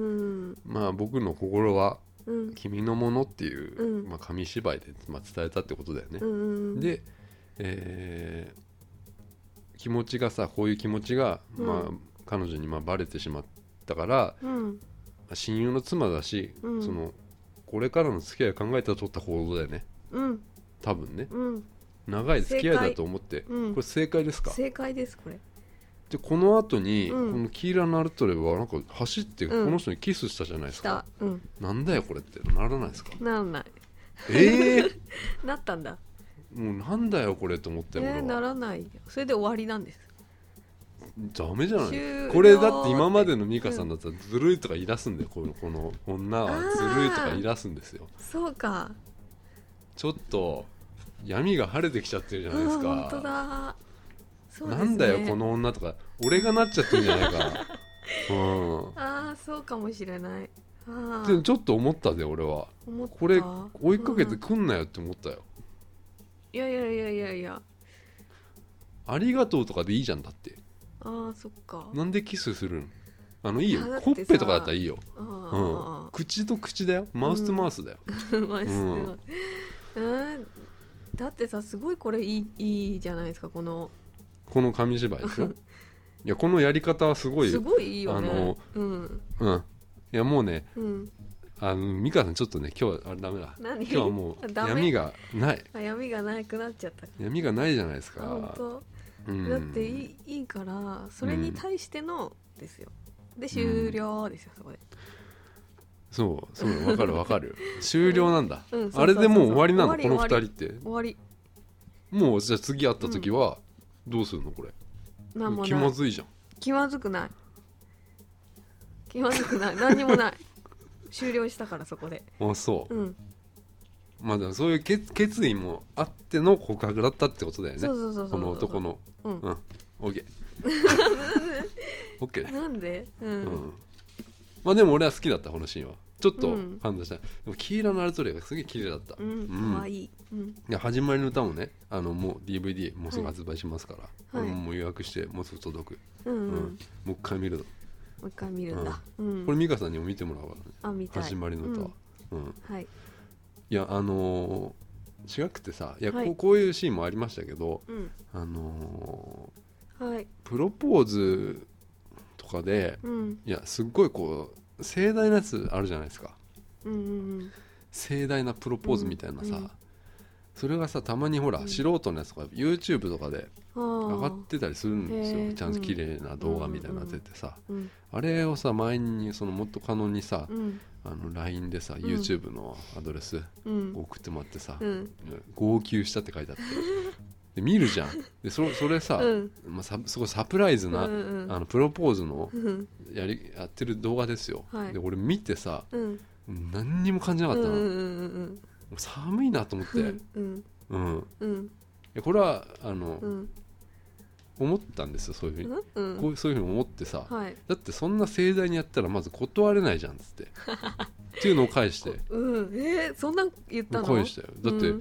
まあ僕の心はうん、君のものっていう、うんまあ、紙芝居で、まあ、伝えたってことだよね、うんうん、で、えー、気持ちがさこういう気持ちが、うんまあ、彼女にまあバレてしまったから、うん、親友の妻だし、うん、そのこれからの付き合いを考えて取った行動だよね、うん、多分ね、うん、長い付き合いだと思って、うん、これ正解ですか？ 正解ですこれでこの後に、うん、このキーラ・ナルトレはなんか走ってこの人にキスしたじゃないですか、うん、なんだよこれってならないですか？ ならないえー、 なったんだもうなんだよこれと思ってえー、ならないそれで終わりなんですダメじゃないこれだって今までのミカさんだったらずるいとか言い出すんだよ、うん、この、この女はずるいとか言い出すんですよそうかちょっと闇が晴れてきちゃってるじゃないですか本当だそうですね、 なんだよこの女とか俺がなっちゃってるんじゃないか、うん、 ああそうかもしれないあでちょっと思ったで俺はこれ追いかけてくんなよって思ったよ、 うん、いやいやいやいやいやありがとうとかでいいじゃんだってああそっかなんでキスするのあのいいよほっぺとかだったらいいよ、うん、口と口だよマウスとマウスだよ、うん、マウスとマウス、うん、だってさすごいこれいい、いいじゃないですかこのこの紙芝居でしょいやこのやり方はすごいすごいいいよねあの、うんうん、いやもうね、うん、あの美香さんちょっとね今日はあれダメだ今日はもう闇がない闇がなくなっちゃった闇がないじゃないですか本当、うん、だっていい、いいからそれに対してのですよ、うん、で終了ですよ、そこでそうそう分かる分かる終了なんだ、うん、あれでもう終わりなのこのふたりって終わりもうじゃあ次会った時はどうするのこれなんもない気まずいじゃん気まずくない気まずくない何にもない終了したからそこであそう、うん、まあでもそういう決、決意もあっての告白だったってことだよねそうそうそうそうこの男のうん、うん、OK OK なんで、うん、うん、 まあでも俺は好きだったこのシーンはちょっと感動した、うん、でもキーラ・ナルトレイがすげえ綺麗だった、うん、 かわいい、うん、いや始まりの歌もねあのもう ディーブイディー もうすぐ発売しますから、はい、もう予約してもうすぐ届く、うんうんうん、もう一回見るのもう一回見るんだ、うん、 これミカさんにも見てもらうからねあ見たい始まりの歌は、うんうんはい、 いやあのー、違くてさいや、はい、こ, うこういうシーンもありましたけど、うん、あのーはい、プロポーズとかで、うん、いやすっごいこう盛大なやつあるじゃないですか、うんうんうん、盛大なプロポーズみたいなさ、うんうん、それがさたまにほら、うん、素人のやつとか YouTube とかで上がってたりするんですよちゃんと綺麗な動画みたいなの出てさ、うんうん、あれをさ前にその元カノにさ、うん、あの ライン でさ、うん、YouTube のアドレス送ってもらってさ、うん、号泣したって書いてあってで見るじゃん。で そ, それさ、 うんまあ、さすごいサプライズな、 うんうん、 あのプロポーズのうんやりやってる動画ですよ、 はい、 で俺見てさ、 うん、 何にも感じなかったの、 うんうんうん、 寒いなと思って、 うんうんうん、 これはあの、 うん、 思ったんですよ、そういうふうに、 うん、 こうそういうふうに思ってさ、 はい、 だってそんな盛大にやったらまず断れないじゃんっつってっていうのを返して、 うん、えー、そんなん言ったの？ 返したよ。だって、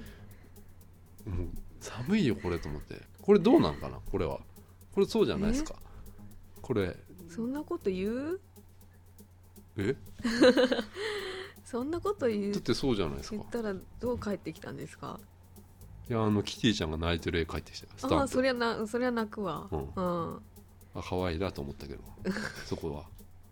うん、 もう寒いよこれと思って、これどうなんかな、これはこれそうじゃないですか、これそんなこと言う？ えそんなこと言うだってそうじゃないですか。 言ったらどう帰ってきたんですか？ いや、あのキティちゃんが泣いてる絵描いてきたよ、スタンプ。 ああ、そりゃな、そりゃ泣くわ、 うんうん、 あ、可愛いなと思ったけどそこは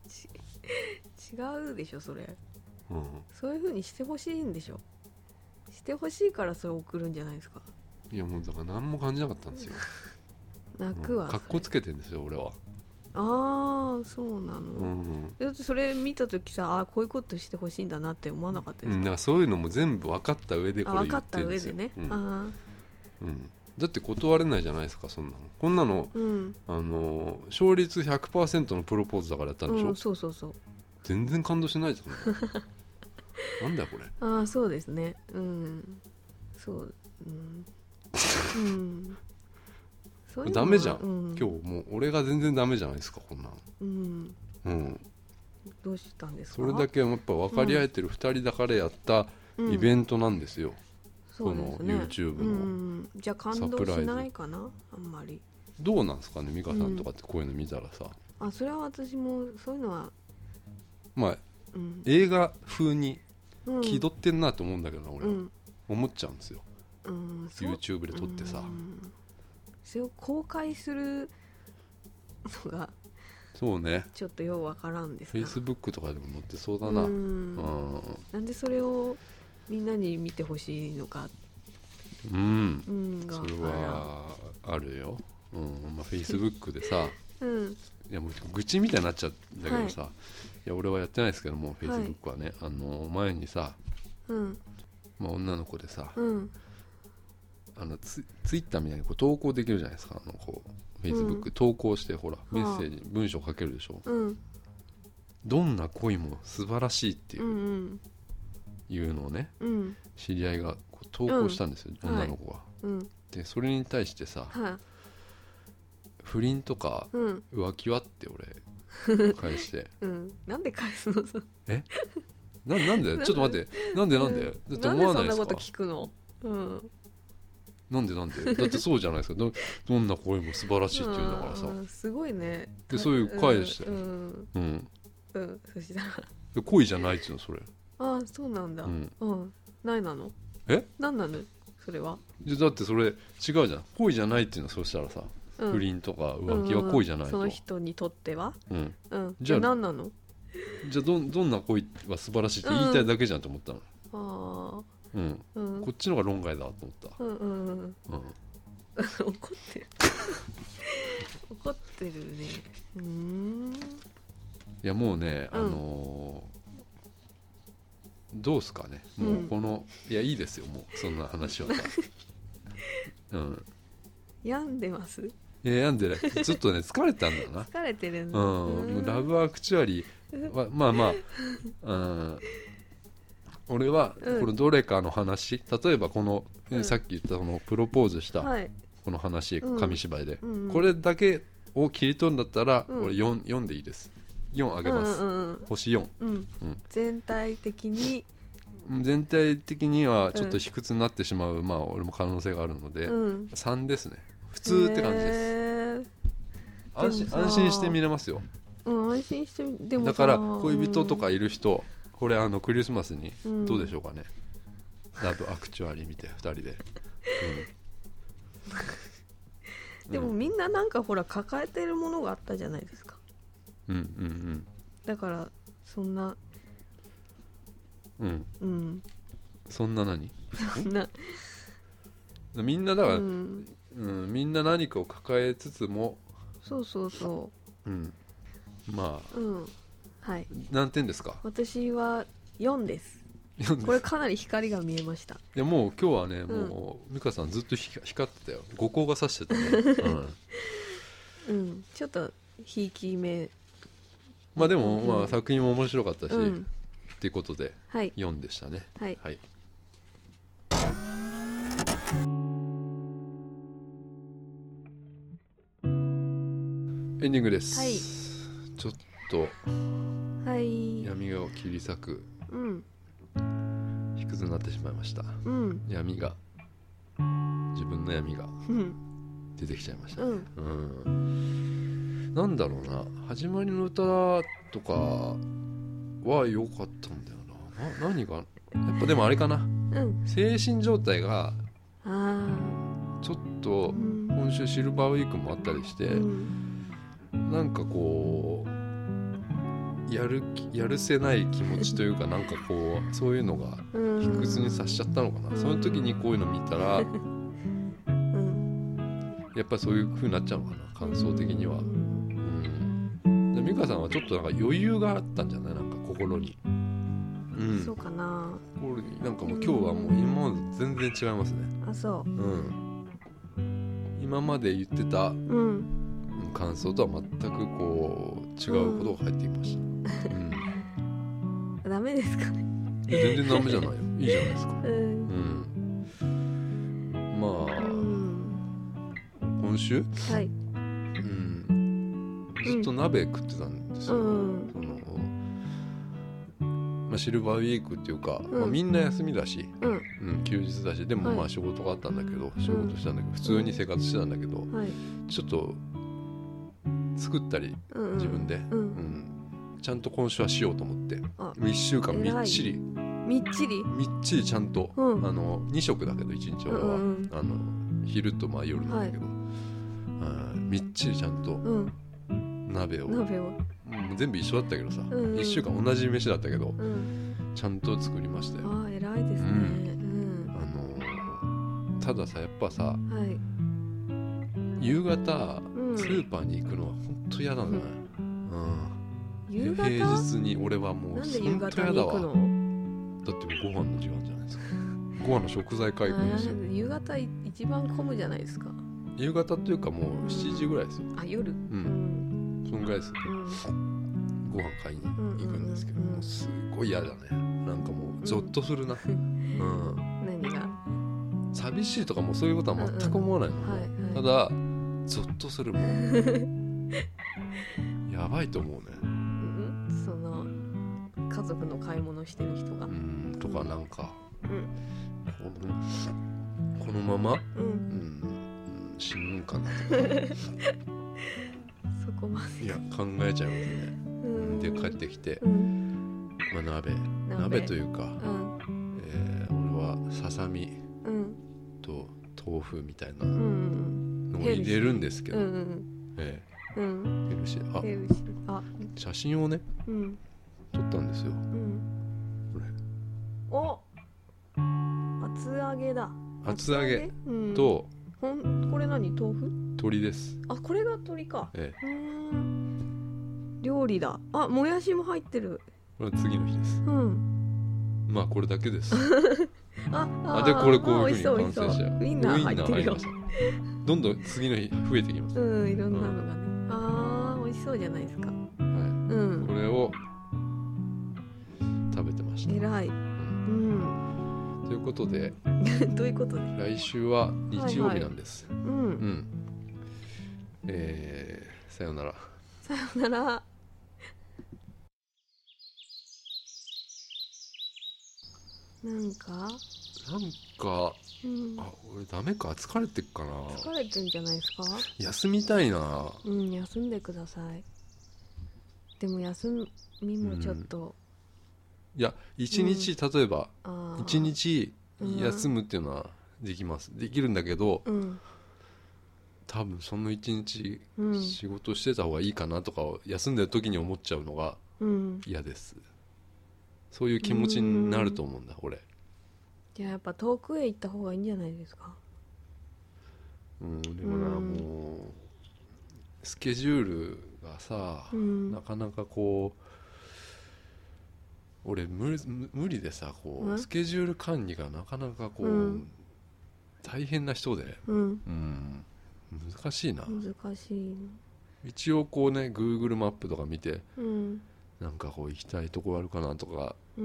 違うでしょそれ、 うん、 そういう風にしてほしいんでしょ。してほしいからそれ送るんじゃないですか。 いやもうだから何も感じなかったんですよ泣くわ、 うん、かっこつけてんですよ俺は。 ああ、そうなの、 うん、 だってそれ見た時さ、あこういうことしてほしいんだなって思わなかったですか？ うん、だからそういうのも全部分かった上でこれ言ってるんですよ。 分かった上でね、 うん、 あ、 うん、だって断れないじゃないですかそんなの。こんなの、 うん、 あの勝率 ひゃくパーセント のプロポーズだからやったんでしょ、 うん、そうそうそう、 全然感動しないじゃんなんだよこれ。 ああ、そうですね、うん、そう、うん、うん、そういうのはダメじゃん、 うん、 今日もう俺が全然ダメじゃないですかこんなの、 うん、 うん、 どうしたんですか？ それだけやっぱ分かり合えてるふたりだからやったイベントなんですよ、うん、この YouTube の、うん、 じゃあ感動しないかな、あんまり。 どうなんですかね、美香さんとかってこういうの見たらさ、 うん、あ、それは私もそういうのはまあ、 うん、 映画風に気取ってんなと思うんだけどな、うん、俺は、うん、思っちゃうんですよ、うん、YouTube で撮ってさ、うん、 それを公開するのがそうね、 ちょっとようわからんですが Facebook とかでも載ってそうだな、うん、 なんでそれをみんなに見てほしいのか、 うん、うん、それはあるよ、うん、まあ、Facebook でさ、うん、いやもう愚痴みたいになっちゃうんだけどさ、はい、いや俺はやってないですけども Facebook はね、はい、あの前にさ、うん、まあ、女の子でさ、うん、あのツ, ツイッターみたいにこう投稿できるじゃないですか、あのこう Facebook、うん、投稿してほらメッセージ、文章書けるでしょ、うん、どんな恋も素晴らしいっていう、うんうん、いうのをね、うん、知り合いがこう投稿したんですよ、うん、女の子が、はい、でそれに対してさ、はい、不倫とか浮気はって俺返して、うん、 なんで返すのえ な, なんでちょっと待ってなんでなんで、うん、だって思わないですか、なんでそんなこと聞くの、うん、 なんでなんでだってそうじゃないですか ど, どんな声も素晴らしいって言うんだからさ、 すごいね、 でそういう返して、うんうん、うん、そしたら恋じゃないっていうのそれ、 ああそうなんだ、うん、うん、ないなの、 えなんなのそれは、 だってそれ違うじゃん、恋じゃないっていうのはそしたらさ、うん、不倫とか浮気は恋じゃないと、 うんうん、その人にとっては、うんうん、 じゃあ何なの、 じゃあ ど, どんな恋は素晴らしいって言いたいだけじゃんと思ったの、うん、あ、うんうん、こっちの方が論外だと思った、うんうんうん、うん、 怒ってる怒ってるね、うーん、 いやもうね、うん、あのー、どうすかね、もうこの、うん、いやいいですよもうそんな話はさうん、病んでます、 いや病んでないちょっとね疲れたんだな疲れてるんだ、 うん、もうラブアクチュアリーはまあまあ、うん、俺はこのどれかの話、例えばこの、うん、さっき言ったこのプロポーズしたこの話、はい、紙芝居で、うん、これだけを切り取るんだったら、うん、俺 4, よんでいいです、よんあげます、うんうんうん、星よん、うんうん、 全体的に全体的にはちょっと卑屈になってしまう、うん、まあ俺も可能性があるので、うん、さんですね、普通って感じです、安心、安心して見れますよ、 うん、安心してでもだから恋人とかいる人、これあのクリスマスにどうでしょうかね、うん、ラブアクチュアリー見てふたりで、 うん、でもみんななんかほら抱えてるものがあったじゃないですか、 うんうんうん、 だからそんなうんうん、そんな何そんなみんなだから、うんうん、みんな何かを抱えつつも、 そうそうそう、うん、 まあ、うん、 はい、 何点ですか？ 私はよんです。 これかなり光が見えました。いやもう今日はね、うん、もう美香さんずっと光ってたよ。五光が差してたね、 うんうん、ちょっとひいき目。 まあでも、まあ、作品も面白かったし、うん、っていうことで、はい、よんでしたね。はい、はい、エンディングです、はい、ちょっと、はい、闇が切り裂く、うん、卑屈になってしまいました、うん、闇が自分の闇が出てきちゃいましたね、うんうん、なんだろうな、始まりの歌とかは良かったんだよな。な何がやっぱでもあれかな、うん、精神状態がちょっと今週シルバーウィークもあったりして、うん、なんかこうやるやるせない気持ちというかなんかこうそういうのが卑屈にさしちゃったのかな、うん、その時にこういうの見たら、うん、やっぱりそういう風になっちゃうのかな、感想的には、うん、で美香さんはちょっとなんか余裕があったんじゃない、なんか心に、うん、 そうかな、 心になんかもう今日はもう今まで全然違いますね。 あ、そう、うん、 今まで言ってた、うん、感想とは全くこう違うことが入ってきました、うんうん、ダメですかね。 全然ダメじゃないよ、いいじゃないですか、うん、うん、まあ、うん、今週、はい、うん、ずっと鍋食ってたんですよ、うん、そのまあ、シルバーウィークっていうか、うん、まあ、みんな休みだし、うんうん、休日だし、でもまあ仕事があったんだけど、はい、仕事したんだけど、普通に生活してたんだけど、はい、ちょっと作ったり、うんうん、自分で、うんうん、ちゃんと今週はしようと思って、いっしゅうかんみっちりみっちりみっちりちゃんと、うん、あのに食だけどいちにち俺は、うんうん、あの昼とまあ夜なんだけど、はい、みっちりちゃんと、うん、鍋を鍋をもう全部一緒だったけどさ、うんうん、いっしゅうかん同じ飯だったけど、うん、ちゃんと作りましたよ。 あ、偉いですね、うん、 あのたださ、やっぱさ、はい、夕方、うん、スーパーに行くのは本当嫌なんだね、うんうん、夕方平日に俺はもう本当嫌だわ。だってご飯の時間じゃないですか。ご飯の食材買いに行くんですよ。 夕方一番混むじゃないですか。 夕方っていうかもうしちじぐらいですよ、 うん、あ、夜、うん、 そんぐらいですね、うん、ご飯買いに行くんですけど、うんうんうん、もうすごい嫌だね。なんかもうゾッとするな、うんうん、 何が寂しいとかもそういうことは全く思わないの、うんうん、はいはい、ただゾッとするもんやばいと思うね、うん、 その家族の買い物してる人が、 うん、とかなんか、うん、この、このまま、うんうん、死ぬんかなとかそこまでいや考えちゃいますね、うん、で帰ってきて、うん、まあ、鍋鍋というか、うん、えー、俺はささみと豆腐みたいなのを入れるんですけど、うんうん、えーうん、ヘルシー、あ、ヘルシー、あ、写真をね、うん、撮ったんですよ、うん、 これお厚揚げだ。 厚揚げと、 うん、これ何、豆腐？ 鶏です。 あ、これが鶏か、 ええ、うーん、料理だ。あ、もやしも入ってる。 これは次の日です、うん、まあこれだけですああ、でこれこういう風に完成しちゃう。 ウインナー入ってるよ。 どんどん次の日増えてきます。 うん、いろんなのがね、うん、あー、美味しそうじゃないですか。はい、うん、 これを食べてました。 偉い、うん、 ということでどういうことで来週は日曜日なんです、はいはい、うん、うん、えー、さよならさよなら。なんかなんか、うん、あ、俺ダメか、疲れてっかな。 疲れてんじゃないですか。 休みたいな。 うん、休んでください。でも休みもちょっと、 うん、いや一日、うん、例えば一日休むっていうのはできます、うん、できるんだけど、うん、多分その一日仕事してた方がいいかなとか休んでる時に思っちゃうのが嫌です、うん、そういう気持ちになると思うんだ、うん、俺。 じゃあやっぱ遠くへ行った方がいいんじゃないですか。 うん、でもな、うん、もうスケジュールがさ、うん、なかなかこう俺 無, 無理でさこう、うん、スケジュール管理がなかなかこう、うん、大変な人で、うんうん、難しいな。 難しい。 一応こうね Google マップとか見て、うん、なんかこう行きたいとこあるかなとか、うん、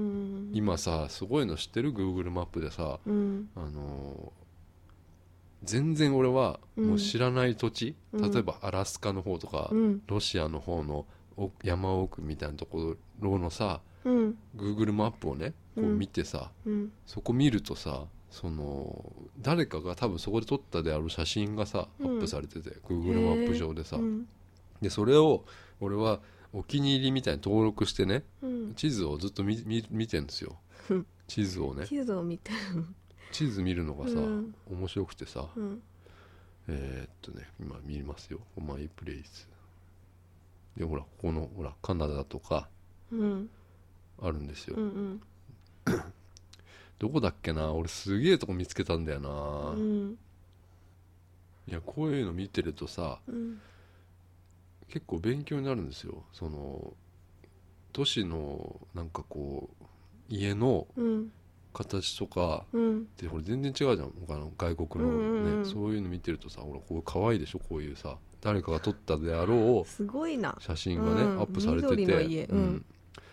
今さすごいの知ってる Google マップでさ、うん、あのー、全然俺はもう知らない土地、うん、例えばアラスカの方とか、うん、ロシアの方の山奥みたいなところのさ、うん、Google マップをねこう見てさ、うん、そこ見るとさその誰かが多分そこで撮ったである写真がさ、うん、アップされてて Google マップ上でさ、うん、でそれを俺はお気に入りみたいに登録してね、うん、地図をずっと 見, 見, 見てんですよ地図をね地図を見てる地図見るのがさ、うん、面白くてさ、うん、えー、っとね今見ますよマイプレイスでほらここのほらカナダとか、うん、あるんですよ、うんうんどこだっけな俺すげえとこ見つけたんだよな、うん、いやこういうの見てるとさ、うん、結構勉強になるんですよ。その都市のなんかこう家の形とか、うん、でこれ全然違うじゃん他の外国のね、うんうん、そういうの見てるとさほらこう可愛いでしょこういうさ誰かが撮ったであろうすごいな写真がね、うん、アップされてて、 緑の家、うん、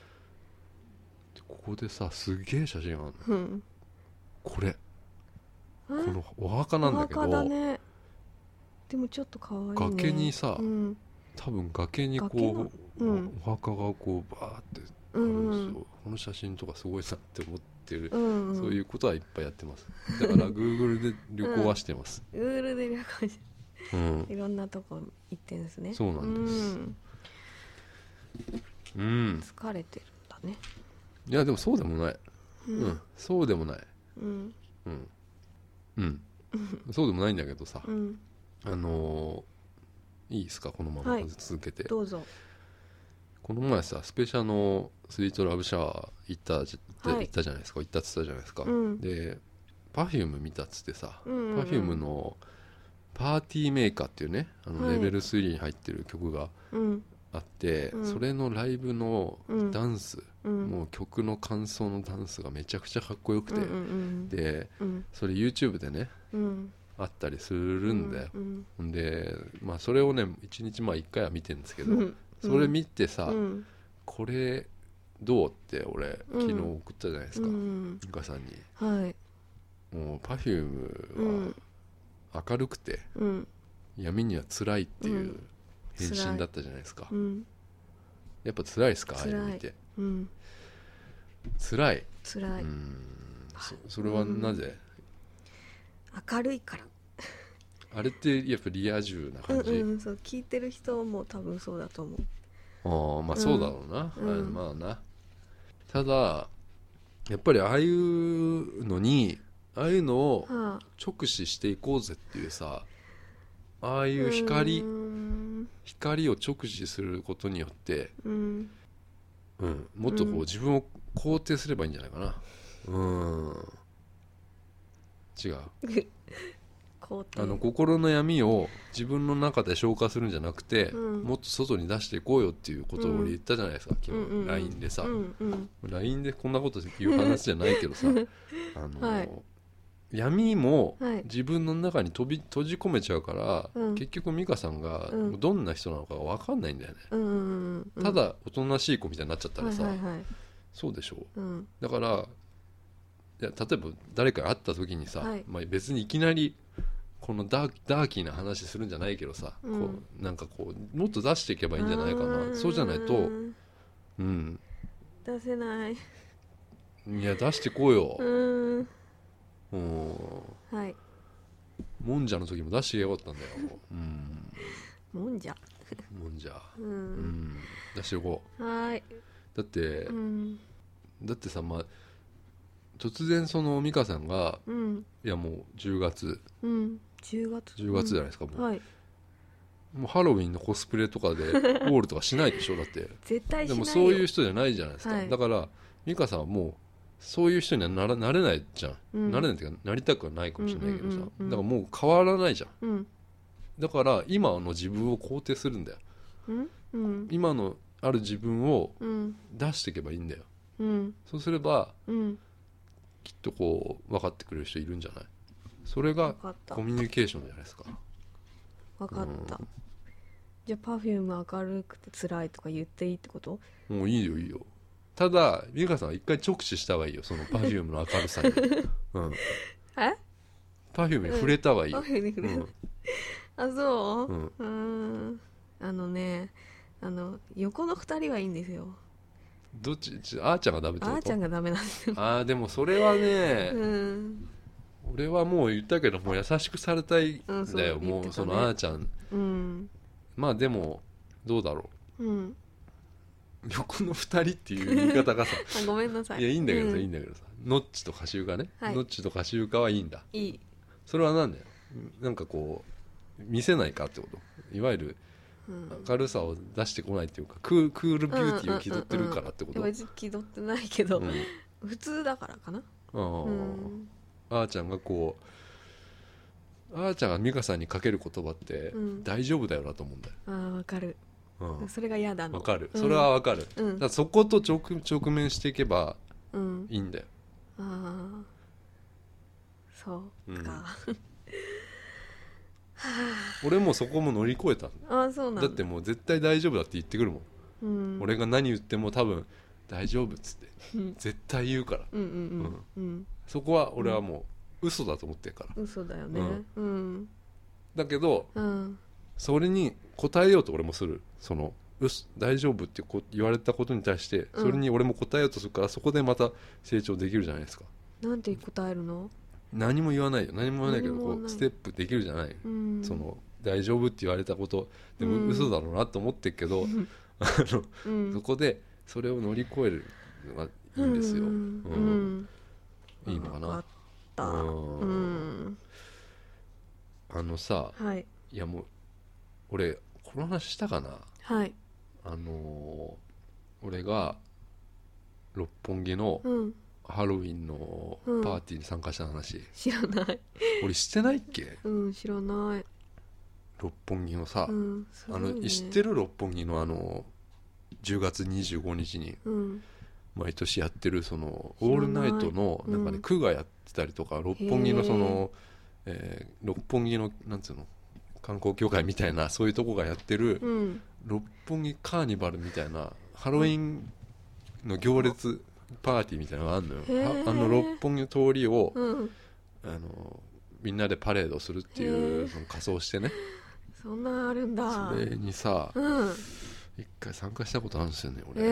ここでさすげえ写真あるの、うん、これこのお墓なんだけどお墓だね。 でもちょっと可愛いね崖にさ、うん、多分崖にこう、うん、お墓がこうバーってあるんですよ、うん、この写真とかすごいなって思ってる、うんうん、そういうことはいっぱいやってます。だから Google で旅行はしてます、 うん、Google で旅行して、うん、いろんなとこ行ってんですね。 そうなんです、うんうん、疲れてるんだね。 いやでもそうでもない、うんうん、そうでもない、うんうんうん、そうでもないんだけどさ、うん、あのー、いいですかこのまま続けて、はい、 どうぞ。 この前さスペシャのスイートラブシャワー行った、はい、行ったじゃないですか行ったっつったじゃないですか、うん、で Perfume 見たっつってさ、うんうんうん、Perfume のパーティーメーカーっていうねあのレベルスリーに入ってる曲があって、うん、それのライブのダンス、うん、もう曲の感想のダンスがめちゃくちゃかっこよくて、うんうんうん、で、うん、それ YouTube でね、うん、あったりするんで、うんうん、で、まあ、それをねいちにちまあいっかいは見てるんですけど、うん、それ見てさ、うん、これどうって俺昨日送ったじゃないですか、うん、ゆかさんに、はい、もう Perfume は明るくて、うん、闇には辛いっていう返信だったじゃないですか、うん、やっぱ辛いですかああいうの見て、うん、辛い辛い、うん、 そ, それはなぜ、 うん、明るいからあれってやっぱリア充な感じ、うんうん、そう聞いてる人も多分そうだと思う。 ああまあそうだろうな、うん、まあな。ただやっぱりああいうのにああいうのを直視していこうぜっていうさ、ああいう光光を直視することによって、うんうん、もっとこう自分を肯定すればいいんじゃないかな。うん違うあの心の闇を自分の中で消化するんじゃなくて、うん、もっと外に出していこうよっていうことを俺言ったじゃないですか、うん、昨日 ライン でさ、うんうん、ライン でこんなこと言う話じゃないけどさあの、はい、闇も自分の中に飛び閉じ込めちゃうから、うん、結局美香さんがどんな人なのかが分かんないんだよね、うんうんうん、ただおとなしい子みたいになっちゃったらさ、はいはいはい、そうでしょ、うん、だからいや例えば誰かが会った時にさ、はい、まあ、別にいきなりこのダー、ダーキーな話するんじゃないけどさ、うん、こうなんかこうもっと出していけばいいんじゃないかな。そうじゃないと、うん、 出せない。 いや出してこうよ。うん、 はい。 もんじゃの時も出してよかったんだよ。うん、 もんじゃ。 もんじゃ、うん、うん、出していこう。はい。だって、うん、だってさ、まあ突然その美香さんが、うん、いやもうじゅうがつ、うんじゅうがつじゅうがつじゃないですか、もう、はい、もうハロウィンのコスプレとかでウォールとかしないでしょだって絶対しないよ。 でもそういう人じゃないじゃないですか、はい、だから美香さんはもうそういう人には な, らなれないじゃん、うん、なれないっていうかなりたくはないかもしれないけどさ、うんうんうんうん、だからもう変わらないじゃん、うん、だから今の自分を肯定するんだよ、うんうん、今のある自分を出していけばいいんだよ、 うん、 そうすれば、 うん、 きっとこう分かってくれる人いるんじゃない？それがコミュニケーションじゃないですか。 分かった、うん、じゃあ Perfume 明るくて辛いとか言っていいってこと？ もういいよいいよ。ただ美香さんは一回直視した方がいいよ、その Perfume の明るさに、うん、 え Perfume に触れた方がいいよ、 うん、に触れた、うん、あそう、うん、うーんあのねあの横のふたりはいいんですよ。 どっちあーちゃんがダメってこと？ あーちゃんがダメなんですよ。 あーでもそれはね、 うん、 俺はもう言ったけどもう優しくされたいんだよ、うん、そうもうそのあーちゃん、 うん、 まあでもどうだろう、うん、 横のふたりっていう言い方がさあごめんなさい。 いやいいんだけどさ、 うん、 いいんだけどさ、ノッチとカシウカね、 はい、 ノッチとカシウカはいいんだ。 いい。 それはなんだよ、なんかこう見せないかってこと？いわゆる明るさを出してこないっていうか、クー、クールビューティーを気取ってるからってこと？ うんうんうんうん、別に気取ってないけど、うん、普通だからかな。 あ、うん、あーちゃんがこうあーちゃんが美香さんにかける言葉って、うん、大丈夫だよなと思うんだよ。 あーわかる、うん、それが嫌だの。 わかる、それはわかる、うん、だからそこと直、直面していけばいいんだよ、 うん、ああそうか、うん俺もそこも乗り越えた。 あ、そうなんだ。 だってもう絶対大丈夫だって言ってくるもん、うん、俺が何言っても多分大丈夫っつって、うん、絶対言うから、うんうんうんうん、そこは俺はもう嘘だと思ってるから。 嘘だよね、うんうん、 だけど、うん、それに答えようと俺もする。その大丈夫ってこ言われたことに対してそれに俺も答えようとするから、そこでまた成長できるじゃないですか。 なんて答えるの？ 何も言わないよ、何も言わないけどこうステップできるじゃない、うん、その大丈夫って言われたことでも嘘だろうなと思ってるけど、うん、あのうん、そこでそれを乗り越えるのがいいんですよ、うんうん、いいのかな。分かった、うん、あのさ、はい、いやもう俺この話したかな、はい、あのー、俺が六本木の、うんハロウィンのパーティーに参加した話、うん、 知らない。 俺してないっけ？ うん知らない。 六本木のさ、うん、あの知ってる？六本木のあのじゅうがつにじゅうごにちに毎年やってるそのオールナイトのなんかね、うん、区がやってたりとか、六本木のその、えー、六本木のなんつうの観光協会みたいなそういうとこがやってる、うん、六本木カーニバルみたいなハロウィンの行列パーティーみたいなのがあるのよ。あの六本木の通りを、うん、あのみんなでパレードするっていうその仮装してね。 そんなあるんだ。 それにさ、うん、一回参加したことあるんですよね俺、うん、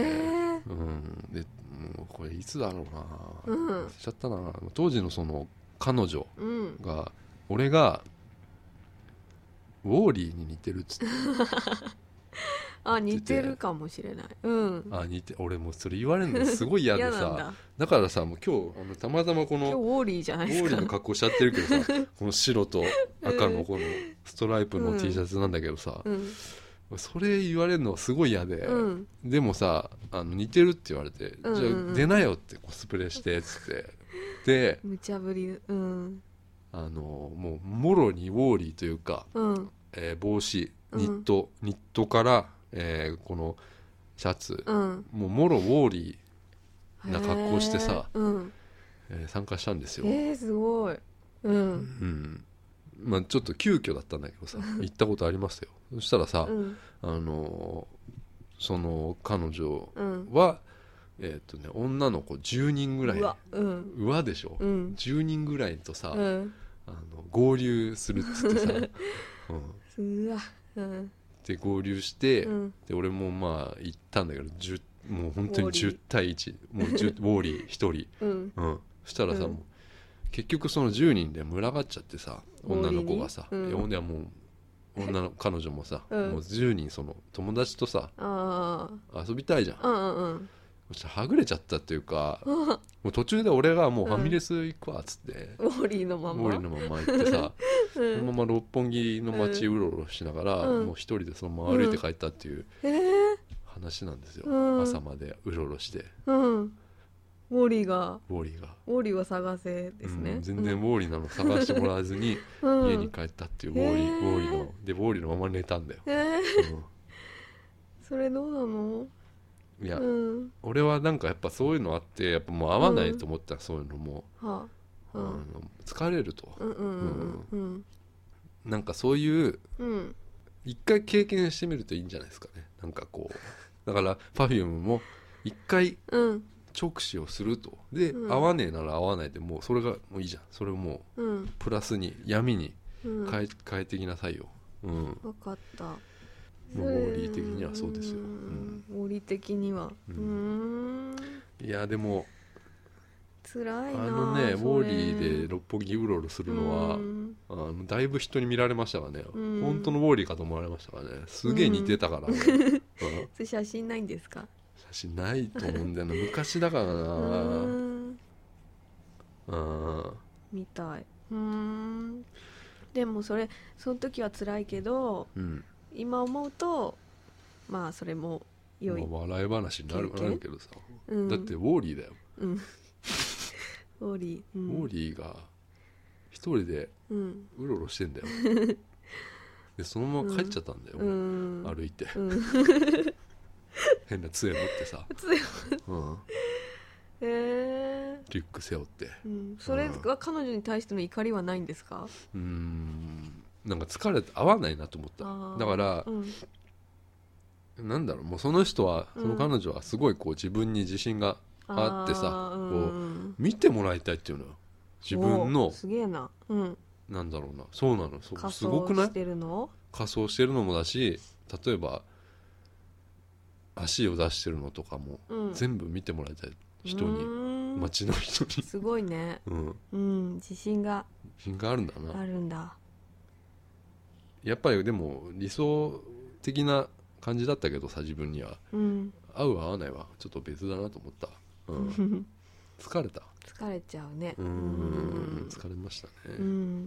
でもうこれいつだろうな、うん、忘れちゃったな。当時のその彼女が、うん、俺がウォーリーに似てるっつってあ似てるかもしれない、うん、 あ似て俺もうそれ言われるのすごい嫌でさだ, だからさもう今日あのたまたまこの今日ウォーリーじゃないですか。 ウォーリーの格好しちゃってるけどさこの白と赤のこのストライプの T シャツなんだけどさ、うんうん、それ言われるのすごい嫌で、うん、でもさあの似てるって言われて、うんうんうん、じゃあ出なよってコスプレしてっつってで無茶ぶり、うん、 あのもうもろにウォーリーというか、うんえー、帽子ニット、うん、ニットからえー、このシャツ、うん、もうもろウォーリーな格好してさ、うんえー、参加したんですよ。 えー、すごい、うんうんまあ、ちょっと急遽だったんだけどさ行ったことありますよ。そしたらさ、うん、あのー、その彼女は、うんえーとね、女の子じゅうにんぐらい、うわ、うん、うわでしょ、うん、じゅうにんぐらいとさ、うん、あの合流するっつってさ、 うん、うわ、うんで合流して、うん、で俺もまあ行ったんだけどもう本当にじゅうたいいちもうウォーリーひとり、うんうん、そしたらさ、うん、もう結局そのじゅうにんで群がっちゃってさ女の子がさ、うん、いやほんではもう女の彼女もさ、うん、もうじゅうにんその友達とさ遊びたいじゃん、うんうんうんそしたらはぐれちゃったっていうかもう途中で俺がもうファミレス行くわっつって、 うん、ウォーリーのままウォーリーのまま行ってさ、うん、そのまま六本木の街うろうろしながら、うん、もう一人でそのまま歩いて帰ったっていう話なんですよ、うん、朝までうろうろして、うん、 ウォーリーがウォーリーがウォーリーを探せですね、 うん、全然ウォーリーなの探してもらわずに家に帰ったっていうウォーリー、ウォーリーのでウォーリーのまま寝たんだよ、うん、 それどうなの？ いや、うん、俺はなんかやっぱそういうのあってやっぱもう合わないと思った、うん、そういうのも、はあうん、疲れると、うんうんうんうん、なんかそういう、うん、一回経験してみるといいんじゃないですかね。なんかこうだから Perfume も一回直視をするとで、うん、合わねえなら合わないでもうそれがもういいじゃん。それをもう、うん、プラスに闇に変え、うん、変えてきなさいよ、うん、 分かった。 もうウォーリー的にはそうですよ、うん、ウォーリー的には、うん、 いやでも辛いなあのねウォーリーで六本木うろうろするのは、うん、あのだいぶ人に見られましたからね、うん、本当のウォーリーかと思われましたからね。すげえ似てたから、ねうん、 それ写真ないんですか？ 写真ないと思うんだよな昔だからな。うんあみたい。うーんでもそれその時は辛いけど、うん、今思うとまあそれも良い、 まあ、笑い話になるけどさ、うん、だってウォーリーだよ、うん、ウォーリー、うん、 ウォーリーが一人でうろうろしてんだよ、うん、でそのまま帰っちゃったんだよ、うん、歩いて、うん、変な杖持ってさ杖、うんえー、リュック背負って、 うん、それは彼女に対しての怒りはないんですか？ うーんなんか疲れて合わないなと思った。だから、うん、なんだろうもうその人はその彼女はすごいこう自分に自信があってさ、うん、こう見てもらいたいっていうのよ自分のすげえな、うん、 なんだろうなそうなのそすごくない？仮装してるの？仮装してるのもだし例えば足を出してるのとかも、うん、全部見てもらいたい人に街の人にすごいね、うんうん、自信が自信があるんだな。 あるんだ。 やっぱりでも理想的な感じだったけどさ自分には、うん、合う合わないはちょっと別だなと思った、うん、疲れた疲れちゃうね。 うんうん疲れましたね、 うん、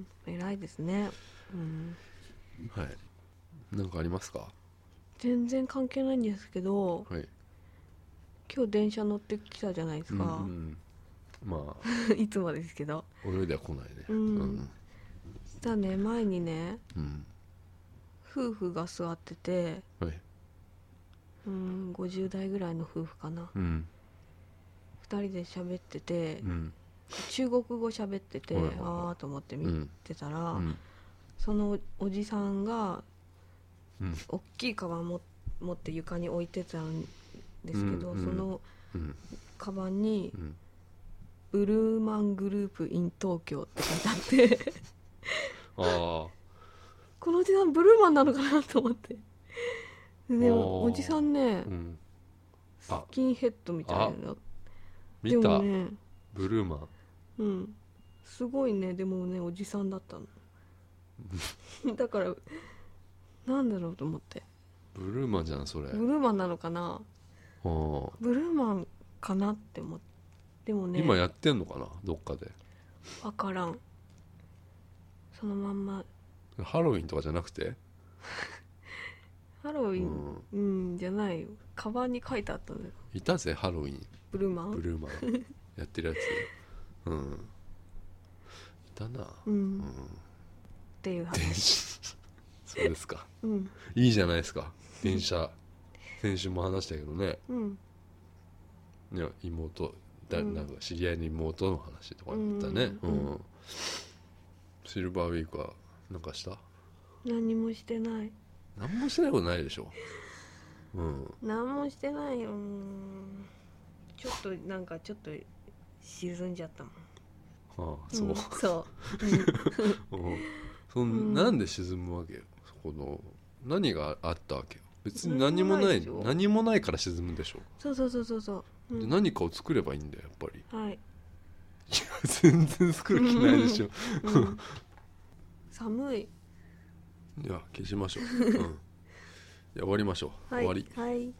偉いですね、うん、 はい何かありますか？ 全然関係ないんですけど、はい、今日電車乗ってきたじゃないですか、うんうん、まあいつもですけど泳いでは来ないね、うんうん、したね前にね、うん、夫婦が座ってて、はい、うん、ごじゅう代ぐらいの夫婦かな、うん、ふたりで喋ってて、うん、中国語喋ってて、うん、あーと思って見てたら、うん、そのおじさんが、うん、大きいカバンも持って床に置いてたんですけど、うん、その、うん、カバンに、うん、ブルーマングループ in 東京って書いてあってあこのおじさんブルーマンなのかなと思って。でもおじさんね、うん、スキンヘッドみたいな。 見た、でもね、ブルーマン、 うん、すごいね。でもねおじさんだったのだからなんだろうと思って。 ブルーマンじゃんそれ。 ブルーマンなのかな。ブルーマンかなって思って。でもね今やってんのかなどっかで。 分からん。そのまんまハロウィンとかじゃなくてハロウィン、うん、うん、じゃないよ。カバンに書いてあったんだよ。 いたぜハロウィン。 ブルーマンブルーマンやってるやつうんいたな、うん、うん、 っていう話そうですか、うん、いいじゃないですか電車先週も話したけどね、うん、いや妹だなんか知り合いの妹の話とか言ったね、うんうんうん、シルバーウィークはなんかした？ 何もしてない。 何もしてないことないでしょ、うん、 何もしてないよ。ちょっとなんかちょっと沈んじゃったもん。 はあそう、うん、 そう、 うん、そんなんで沈むわけよ。そこの何があったわけよ。別に何もない、何もないから沈むでしょ。 そうそうそうそうそう、 うん、で何かを作ればいいんだよやっぱり。 はい。いや全然作る気ないでしょ、うん、 寒い。 いや消しましょう、うん、いや終わりましょう、はい、終わり。 はい。